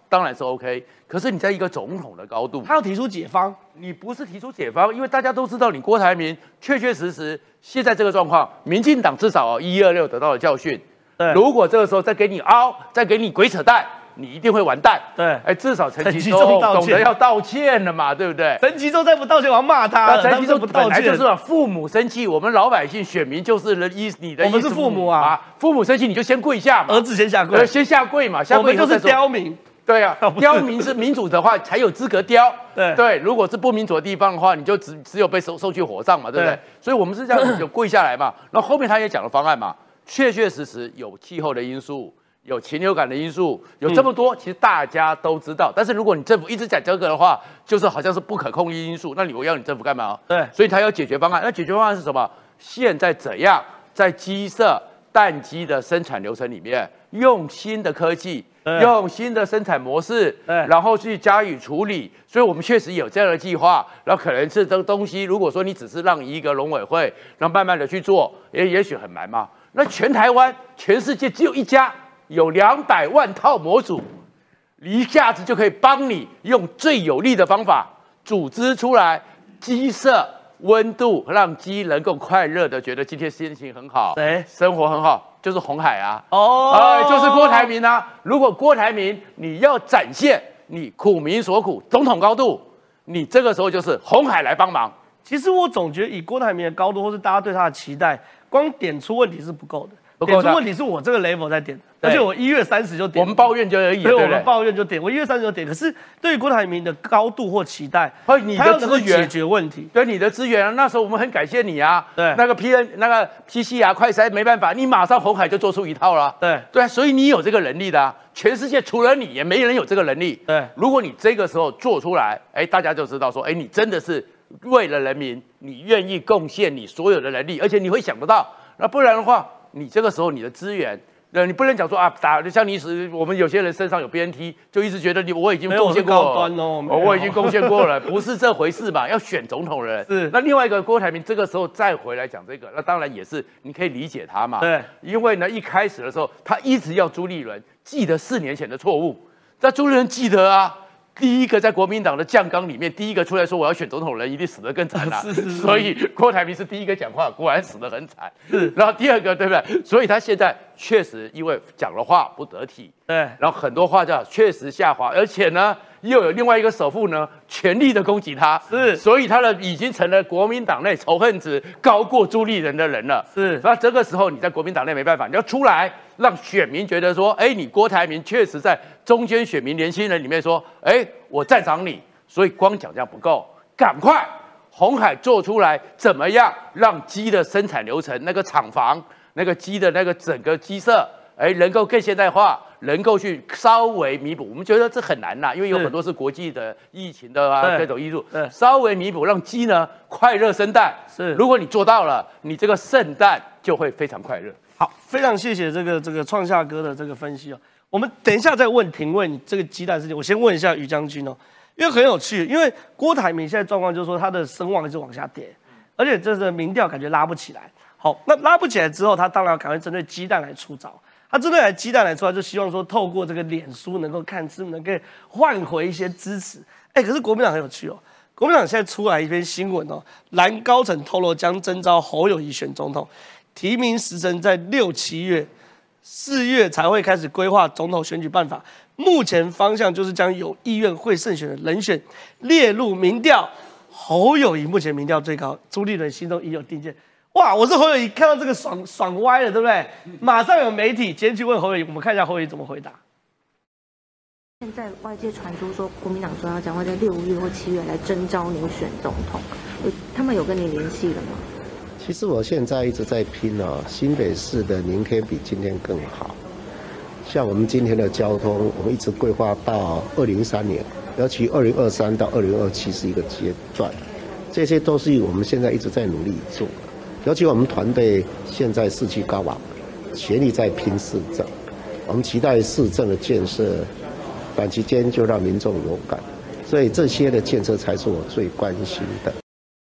当然是 OK。可是你在一个总统的高度， 他要提出解方， 你不是提出解方，因为大家都知道你郭台铭确确实实现在这个状况，民进党至少哦一二六得到了教训。 对， 如果这个时候再给你凹，再给你鬼扯淡，你一定会完蛋。 对， 哎，至少陈其陈其中中道歉懂得要道歉了嘛，对不对？ 陈其中再不道歉，我要骂他了。 陈其中不道歉本来就是把父母生气，我们老百姓选民就是人依你的， 我们是父母啊， 父母生气你就先跪下嘛， 儿子先下跪， 呃先下跪嘛，下跪以后我们就是刁民。 对啊，刁民是民主的话才有资格刁。 对对，如果是不民主的地方的话，你就只只有被送送去火葬嘛，对不对？ 对所以我们是这样子就跪下来嘛。然后后面他也讲了方案嘛，确确实实有气候的因素，有禽流感的因素，有这么多，其实大家都知道。但是如果你政府一直讲这个的话，就是好像是不可控的因素，那你我要你政府干嘛？ 对， 所以他要解决方案。那解决方案是什么？现在怎样在鸡舍蛋鸡的生产流程里面，用新的科技，用新的生产模式，然后去加以处理。所以我们确实有这样的计划，然后可能是这个东西，如果说你只是让一个农委会，然后慢慢的去做，也也许很难嘛。那全台湾、全世界只有一家有两百万套模组，一下子就可以帮你用最有力的方法组织出来鸡舍。温度让鸡能够快乐的觉得今天心情很好， 谁生活很好，就是鸿海啊， 哦， 哎，就是郭台铭啊。如果郭台铭你要展现你苦民所苦，总统高度，你这个时候就是鸿海来帮忙。 其实我总觉得以郭台铭的高度，或是大家对他的期待，光点出问题是不够的。 不够的点出问题是我这个 level 在点的，而且我一月三十就点。 我们抱怨就而已， 对， 对我们抱怨就点，我一月三十就点。可是对于郭台铭的高度或期待， 或你的资源解决问题， 对你的资源啊，那时候我们很感谢你啊。 对， 那个 P N 那个 P C R 快筛没办法，你马上鸿海就做出一套了。 对对，所以你有这个能力的啊，全世界除了你也没人有这个能力。 对， 如果你这个时候做出来，哎，大家就知道说，哎，你真的是为了人民，你愿意贡献你所有的能力，而且你会想得到。那不然的话，你这个时候你的资源，呃，你不能讲说啊，打像你是我们有些人身上有 B N T， 就一直觉得你我已经贡献过了， 高端哦， 我已经贡献过了，不是这回事嘛？要选总统人是。 那另外一个郭台铭这个时候再回来讲这个，那当然也是你可以理解他嘛。 对， 因为呢一开始的时候他一直要朱立伦记得四年前的错误，那朱立伦记得啊。第一个在国民党的将纲里面，第一个出来说我要选总统人，一定死得更惨啦、啊。 是是是。 所以郭台铭是第一个讲话，果然死得很惨。是。然后第二个，对不对？所以他现在确实因为讲了话不得体， 对。 然后很多话叫确实下滑，而且呢，又有另外一个首富呢，全力的攻击他。 是。 所以他的已经成了国民党内仇恨值高过朱立伦的人了。 是。 那这个时候你在国民党内没办法，你要出来。让选民觉得说，哎，你郭台铭确实在中间选民年轻人里面说，哎，我赞赏你，所以光讲这样不够，赶快鸿海做出来，怎么样让鸡的生产流程、那个厂房、那个鸡的那个整个鸡舍，哎，能够更现代化，能够去稍微弥补。我们觉得这很难呐，因为有很多是国际的疫情的啊各种因素，稍微弥补，让鸡呢快乐生蛋。是，如果你做到了，你这个圣诞就会非常快乐。 好，非常谢谢这个这个创夏哥的这个分析哦。我们等一下再问廷尉你这个鸡蛋事情，我先问一下于将军哦，因为很有趣，因为郭台铭现在状况就是说他的声望一直往下跌，而且这个民调感觉拉不起来。好，那拉不起来之后，他当然要赶快针对鸡蛋来出招。他针对来鸡蛋来出来，就希望说透过这个脸书能够看是不是能够换回一些支持。哎，可是国民党很有趣哦，国民党现在出来一篇新闻哦，蓝高层透露将征召侯友宜选总统。提名时程在六七月，四月才会开始规划总统选举办法。目前方向就是将有意愿会胜选的人选列入民调。侯友宜目前民调最高，朱立伦心中已有定见。哇，我是侯友宜，看到这个爽爽歪了，对不对？马上有媒体直接去问侯友宜，我们看一下侯友宜怎么回答。 现在外界传出说，国民党说要将会在六月或七月来征召您选总统，他们有跟您联系了吗？ 其实我现在一直在拼哦，新北市的明天比今天更好。像我们今天的交通，我们一直规划到二零三年，尤其二零二三到二零二七是一个阶段，这些都是我们现在一直在努力做。尤其我们团队现在士气高昂，全力在拼市政，我们期待市政的建设，短期间就让民众有感，所以这些的建设才是我最关心的。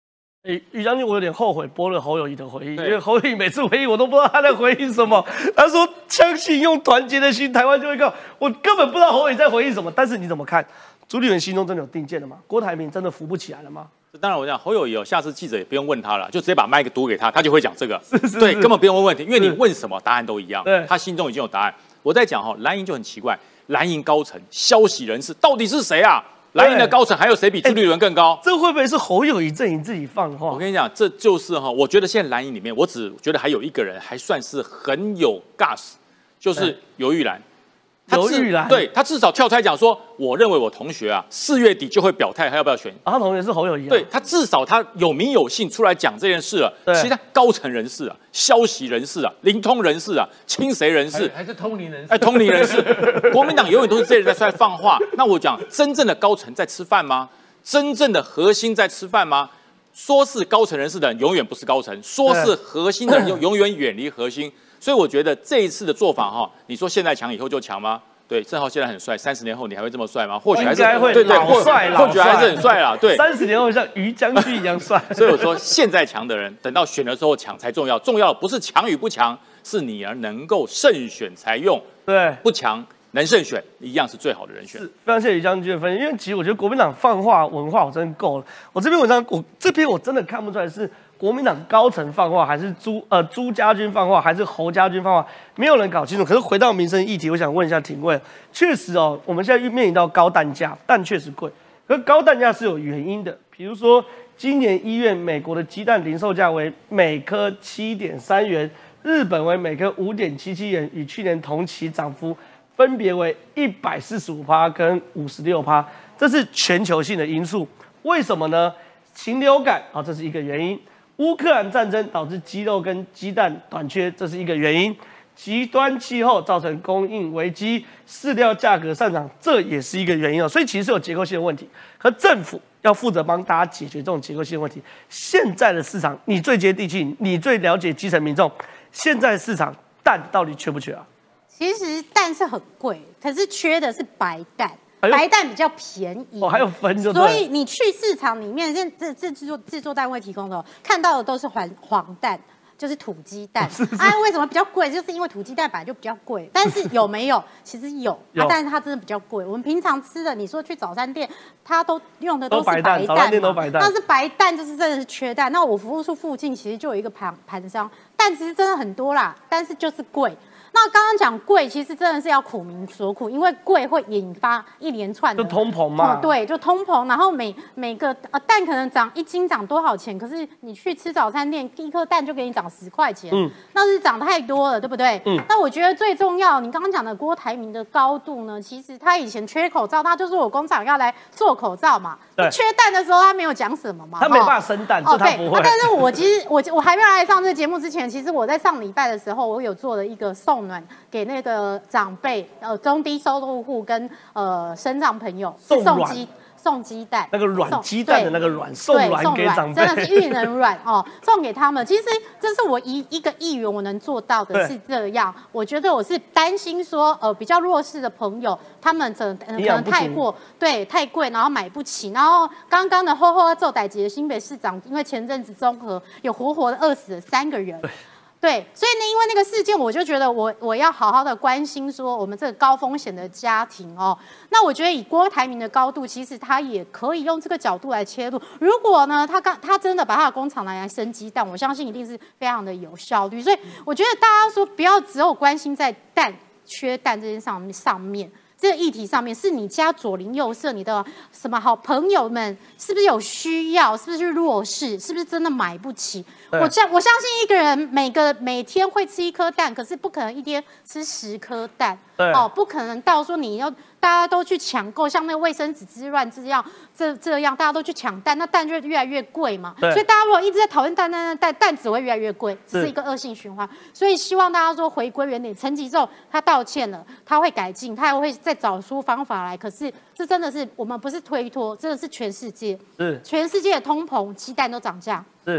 诶，于将军，我有点后悔播了侯友宜的回应，因为侯友宜每次回应我都不知道他在回应什么。他说相信用团结的心，台湾就会更。我根本不知道侯友宜在回应什么。但是你怎么看？朱立伦心中真的有定见了吗？郭台铭真的扶不起来了吗？ 当然，我讲侯友宜哦，下次记者也不用问他了，就直接把麦克读给他，他就会讲这个。 是是是对，根本不用问问题，因为你问什么答案都一样。 对， 他心中已经有答案。我在讲哈，蓝营就很奇怪，蓝营高层消息人士到底是谁啊？蓝营的高层还有谁比朱立伦更高？ 这会不会是侯友宜阵营自己放话？ 我跟你讲，这就是哈，我觉得现在蓝营里面，我只觉得还有一个人还算是很有 gas， 就是游玉兰。 游玉兰， 对他至少跳出来讲说，我认为我同学啊，四月底就会表态，他要不要选？ 啊，他同学是侯友宜、啊。 对他至少他有名有姓出来讲这件事了。其他高层人士啊、消息人士啊、灵通人士啊、亲谁人士， 还是通灵人士？ 哎，通灵人士，国民党永远都是这些人在出来放话。那我讲，真正的高层在吃饭吗？真正的核心在吃饭吗？说是高层人士的人，永远不是高层；说是核心的人，永永远远离核心。所以我觉得这一次的做法哈，你说现在强，以后就强吗？对，正浩现在很帅，三十年后你还会这么帅吗？或许还是会对对， 老帅， 或许还是很帅啦。对， 三十年后像于将军一样帅。 所以我说，现在强的人，等到选的时候强才重要。重要的不是强与不强，是你而能够胜选才用。 对， 不强能胜选，一样是最好的人选。 是，非常谢谢于将军的分析。因为其实我觉得国民党放话文化我真的够了。我这篇文章，我这篇我真的看不出来是国民党高层放话，还是朱呃朱家军放话，还是侯家军放话，没有人搞清楚。可是回到民生议题，我想问一下廷贵，确实哦，我们现在面临到高蛋价，蛋确实贵，可是高蛋价是有原因的。比如说，今年一月美国的鸡蛋零售价为每颗七点三元，日本为每颗五点七七元，与去年同期涨幅分别为一百四十五趴跟五十六趴，这是全球性的因素。为什么呢？禽流感啊，这是一个原因。乌克兰战争导致鸡肉跟鸡蛋短缺，这是一个原因；极端气候造成供应危机，饲料价格上涨，这也是一个原因哦。所以其实是有结构性的问题，可政府要负责帮大家解决这种结构性的问题。现在的市场，你最接地气，你最了解基层民众，现在的市场蛋到底缺不缺啊？ 其实蛋是很贵，可是缺的是白蛋。白蛋比较便宜， 哦，还有分就对， 所以你去市场里面，现这这制作制作单位提供的，看到的都是黄黄蛋，就是土鸡蛋。是是啊，为什么比较贵？就是因为土鸡蛋本来就比较贵，但是有没有？其实有，有啊，但是它真的比较贵。我们平常吃的，你说去早餐店，它都用的都是白蛋， 早餐店都白蛋， 但是白蛋就是真的是缺蛋。那我服务处附近其实就有一个盘盘商，蛋其实真的很多啦，但是就是贵。那刚刚讲贵，其实真的是要苦民所苦，因为贵会引发一连串的就通膨嘛、 哦，对，就通膨，然后每每个呃蛋可能涨一斤涨多少钱，可是你去吃早餐店，一颗蛋就给你涨十块钱，嗯，那是涨太多了，对不对？嗯，那我觉得最重要，你刚刚讲的郭台铭的高度呢，其实他以前缺口罩，他就说我工厂要来做口罩嘛，对，缺蛋的时候他没有讲什么嘛， 他没办法生蛋，哦，对， 啊，但是我其实我我还没有来上这个节目之前，其实我在上礼拜的时候，我有做了一个送暖给那个长辈，呃，中低收入户跟呃身障朋友送送鸡送鸡蛋， 那个软鸡蛋的那个软送软给长辈， 真的是育人软哦，送给他们。其实这是我一一个议员我能做到的是这样。我觉得我是担心说，呃，比较弱势的朋友，他们可能可能太过对太贵，然后买不起。然后刚刚的厚厚奏歹节的新北市长，因为前阵子综合有活活的饿死了三个人。对，所以呢，因为那个事件，我就觉得我我要好好的关心说我们这个高风险的家庭哦。那我觉得以郭台铭的高度，其实他也可以用这个角度来切入。如果呢，他刚他真的把他的工厂拿来生鸡蛋，我相信一定是非常的有效率。所以我觉得大家说不要只有关心在蛋缺蛋这件上上面。这个议题上面，是你家左邻右舍，你的什么好朋友们，是不是有需要？是不是弱势？是不是真的买不起？我相我相信一个人每个每天会吃一颗蛋，可是不可能一天吃十颗蛋，哦，不可能到说你要大家都去抢购，像那个卫生纸之乱这样这这样，大家都去抢蛋，那蛋就越来越贵嘛。所以大家如果一直在讨论蛋蛋蛋蛋，蛋只会越来越贵，这是一个恶性循环。所以希望大家说回归原点。陈吉仲他道歉了，他会改进，他也会再找出方法来。可是这真的是我们不是推脱，真的是全世界，是全世界的通膨，鸡蛋都涨价。 是。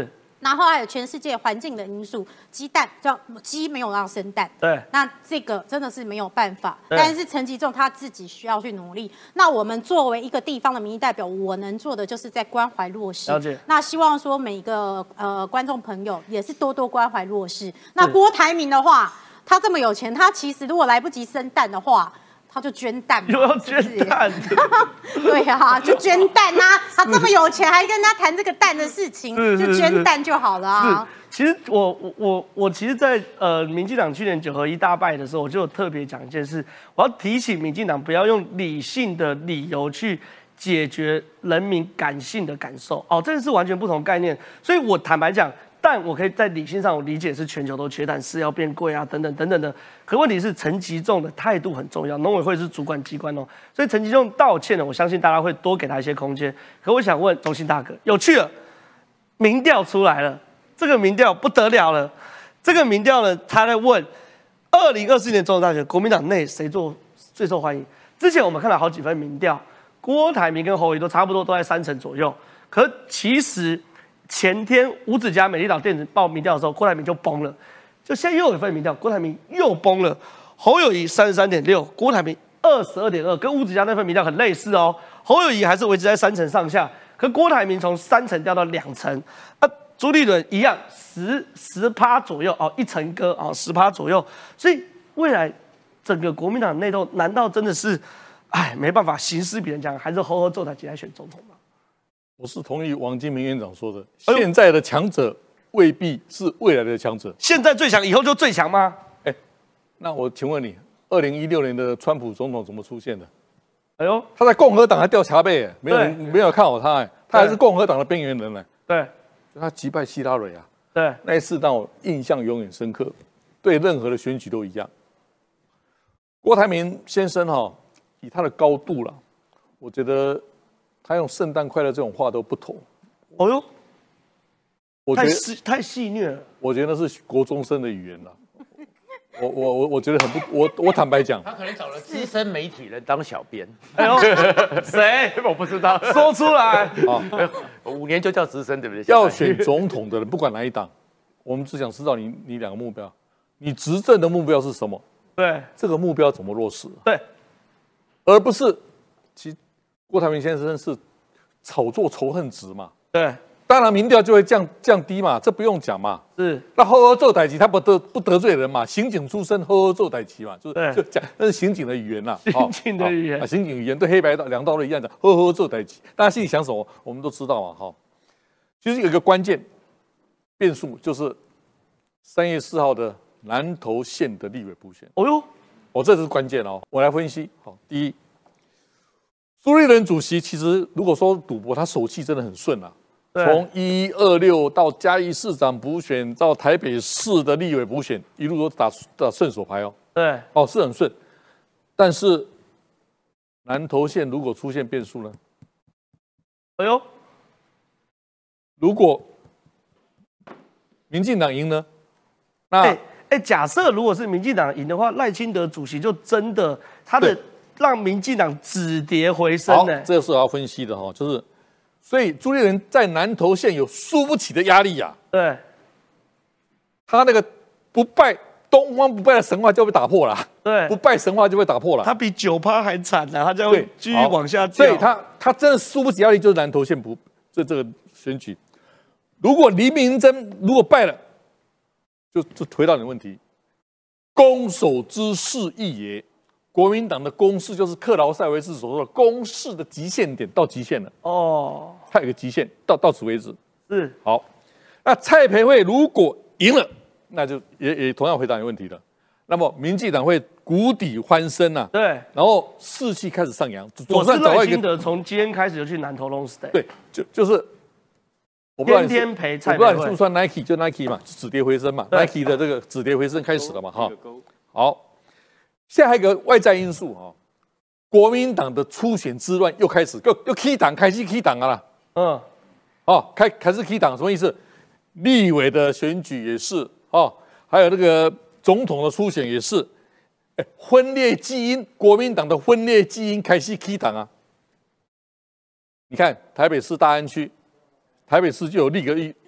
然后还有全世界环境的因素，鸡蛋叫鸡没有要生蛋， 对， 那这个真的是没有办法。但是陈吉仲他自己需要去努力。那我们作为一个地方的民意代表，我能做的就是在关怀弱势。 了解。 那希望说每个呃观众朋友也是多多关怀弱势。那郭台铭的话，他这么有钱，他其实如果来不及生蛋的话，他就捐蛋嘛， 又要捐蛋， 对啊，就捐蛋啊！他这么有钱，还跟他谈这个蛋的事情，就捐蛋就好了啊。 其实我我我我其实在，在呃民进党去年九合一大败的时候，我就有特别讲一件事，我要提醒民进党不要用理性的理由去解决人民感性的感受哦，这个是完全不同概念。所以我坦白讲。但我可以在理性上，我理解是全球都缺蛋，饲料变贵啊，等等等等的。可问题是陈吉仲的态度很重要，农委会是主管机关哦，所以陈吉仲道歉了，我相信大家会多给他一些空间。可我想问中信大哥，有趣了，民调出来了，这个民调不得了了，这个民调呢，他在问二零二四年总统大选，国民党内谁做最受欢迎？之前我们看了好几份民调，郭台铭跟侯友宜都差不多都在三成左右，可其实。前天吴子嘉美丽岛电子报民调的时候，郭台铭就崩了，就现在又有一份民调，郭台铭又崩了。侯友宜三十三点六，郭台铭二十二点二，跟吴子嘉那份民调很类似哦。侯友宜还是维持在三成上下，可郭台铭从三成掉到两成。啊，朱立伦一样十十趴左右哦，一成歌哦，十趴左右。所以未来整个国民党内斗，难道真的是，哎，没办法，形势比人强，还是吼吼做台起来选总统吗？ 我是同意王金明院长说的，现在的强者未必是未来的强者。 现在最强，以后就最强吗？ 哎，那我请问你，二零一六年的川普总统怎么出现的？ 哎呦， 他在共和党还掉茶杯，没有人没有看好他，哎，他还是共和党的边缘人呢。 对， 他击败希拉蕊啊。 对， 那一次让我印象永远深刻，对任何的选举都一样。郭台铭先生哈、哦，以他的高度了，我觉得。他用圣诞快乐这种话都不妥， 哦呦， 我觉得太太戏谑了。 我觉得那是国中生的语言了。我我我我觉得很不，我我坦白讲， 他可能找了资深媒体人当小编。 哎呦，谁？ 我不知道， 说出来。 啊， 五年就叫资深，对不对？ 要选总统的人，不管哪一党，我们只想知道你你两个目标，你执政的目标是什么？ 对， 这个目标怎么落实？ 对， 而不是其实。郭台铭先生是炒作仇恨值嘛？ 对， 当然民调就会降降低嘛，这不用讲嘛。 是， 那呵呵做代级，他不得不得罪人嘛？刑警出身，呵呵做代级嘛，就是就讲那是刑警的语言啦， 刑警的语言啊，刑警语言对黑白道两道都一样的，呵呵做代级。大家心里想什么，我们都知道嘛，哈。其实有一个关键变数，就是三月四号的南投县的立委补选。 哦呦， 哦，这是关键哦，我来分析。好，第一。朱立伦主席其实如果说赌博，他手气真的很顺啊。从一一二六到嘉义市长补选，到台北市的立委补选，一路都打打顺手牌哦。 对， 哦是很顺。但是南投县如果出现变数呢？ 哎呦， 如果民进党赢呢？那哎、 欸欸，假设如果是民进党赢的话，赖清德主席就真的他的。让民进党止跌回升呢、欸？ 这是我要分析的哈，就是，所以朱立伦在南投县有输不起的压力呀、啊。 对， 他那个不败东方不败的神话就被打破了。 对， 不败神话就被打破了。 他比九趴还惨呢、啊，他就会继续往下掉。 所以他他真的输不起压力，就是南投县不这这个选举。如果黎明真如果败了，就就回到你的问题，攻守之势异也。国民党的攻势就是克劳塞维茨所说的攻势的极限点到极限了哦，它有个极限，到到此为止。 是好，那蔡培慧如果赢了，那就也也同样回答你问题了。那么民进党会谷底欢声呐、啊， 对， 然后士气开始上扬， 总算找到一个。赖清德从今天开始就去南投 long stay， 对，就就是我不知道天天陪蔡培慧， 我不知道你是不是穿 Nike 就 Nike 嘛，止跌回升嘛 ，Nike 的这个止跌回升开始了嘛，哈，好。现在还有一个外在因素哈，国民党的初选之乱又开始，又又 K 党开始 K 党啊啦，嗯，哦，开开始 K 党什么意思？立委的选举也是哦，还有那个总统的初选也是，哎，分裂基因，国民党的分裂基因开始 K 党啊。你看台北市大安区，台北市就有立个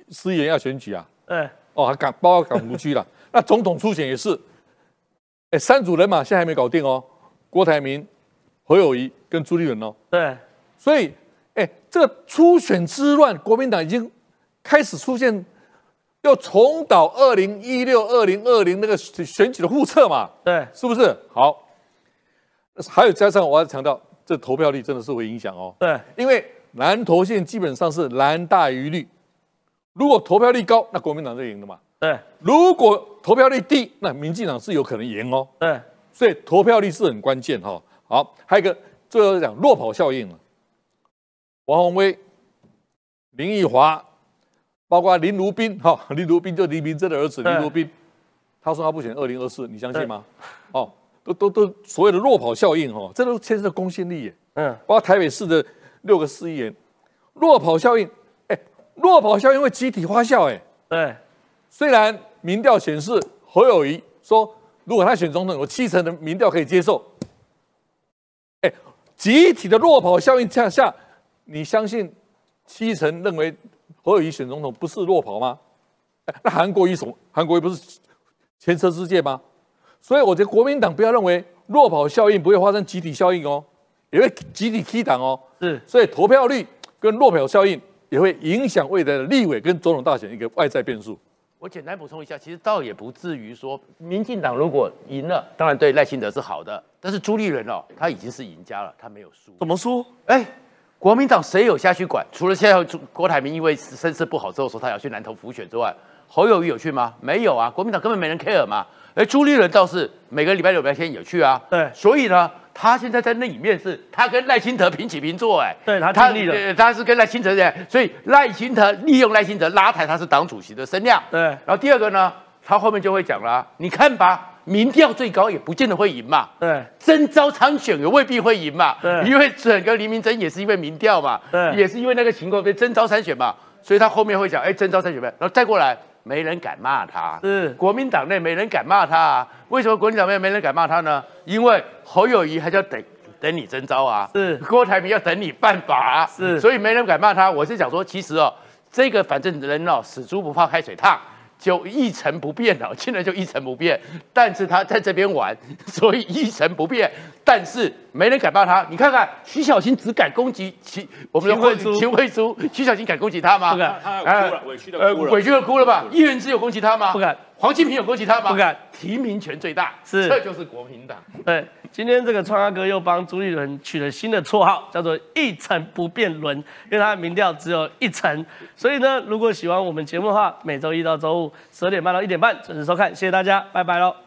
市议员要选举啊， 对， 哦，还港包括港湖区了。那总统初选也是，哎，三组人马现在还没搞定哦，郭台铭、侯友宜跟朱立伦哦。 对， 所以，哎，这个初选之乱，国民党已经开始出现，要重蹈二零一六、二零二零那个选举的覆辙嘛？ 对， 是不是？好，还有加上我要强调，这投票率真的是会影响哦。 对， 因为南投县基本上是蓝大于绿，如果投票率高，那国民党就赢了嘛。 对， 如果投票率低，那民进党是有可能赢哦。 对， 所以投票率是很关键哈、哦。好，还有一个最后讲落跑效应了，王宏威、林奕华，包括林如宾哈、哦，林如宾就林明珍的儿子林如宾，他说他不选二零二四，你相信吗？哦，都都都所谓的落跑效应哦，这都牵涉到公信力耶。嗯，包括台北市的六个市议员，落跑效应，哎，落跑效应会集体发酵哎。 对。 虽然民调显示侯友宜说，如果他选总统，有七成的民调可以接受。哎，集体的落跑效应下下，你相信七成认为侯友宜选总统不是落跑吗？那韩国瑜什么？韩国瑜不是前车之鉴吗？所以我觉得国民党不要认为落跑效应不会发生集体效应哦，也会集体踢党哦。 是， 所以投票率跟落跑效应也会影响未来的立委跟总统大选一个外在变数。 我简单补充一下，其实倒也不至于说，民进党如果赢了，当然对赖清德是好的，但是朱立伦哦，他已经是赢家了，他没有输。 怎么输？ 哎，国民党谁有下去管？除了现在郭台铭因为声势不好之后说他要去南投辅选之外，侯友宜有去吗？没有啊，国民党根本没人 care 嘛。而朱立伦倒是每个礼拜六、礼拜天有去啊。 对， 所以呢，他现在在那里面是他跟赖清德平起平坐，哎， 对他尽力了， 他, 他是跟赖清德的，所以赖清德利用赖清德拉抬他是党主席的声量。 对， 然后第二个呢，他后面就会讲了，你看吧，民调最高也不见得会赢嘛。 对， 征召参选也未必会赢嘛。 对， 因为整个黎明真也是因为民调嘛， 对， 也是因为那个情况被征召参选嘛，所以他后面会讲，哎，征召参选呗，然后再过来。没人敢骂他， 是国民党内没人敢骂他啊？为什么国民党内没人敢骂他呢？因为侯友宜还要等等你征召啊， 是郭台铭要等你办法啊， 是， 所以没人敢骂他。我是讲说，其实哦，这个反正人哦，死猪不怕开水烫，就一成不变了，现在就一成不变。但是他在这边玩，所以一成不变，但是没人敢骂他。你看看徐小新只敢攻击秦我们的秦慧珠，徐小新敢攻击他吗？ 不敢，他哭了，委屈的哭了， 委屈的哭了吧？叶元之有攻击他吗？ 不敢。 黄金平有攻击他吗？ 不敢。 提名权最大， 是， 这就是国民党。 对，今天这个川阿哥又帮朱立伦取了新的绰号，叫做一成不变伦，因为他的民调只有一成。所以呢，如果喜欢我们节目的话，每周一到周五十二点半到一点半准时收看，谢谢大家，拜拜喽。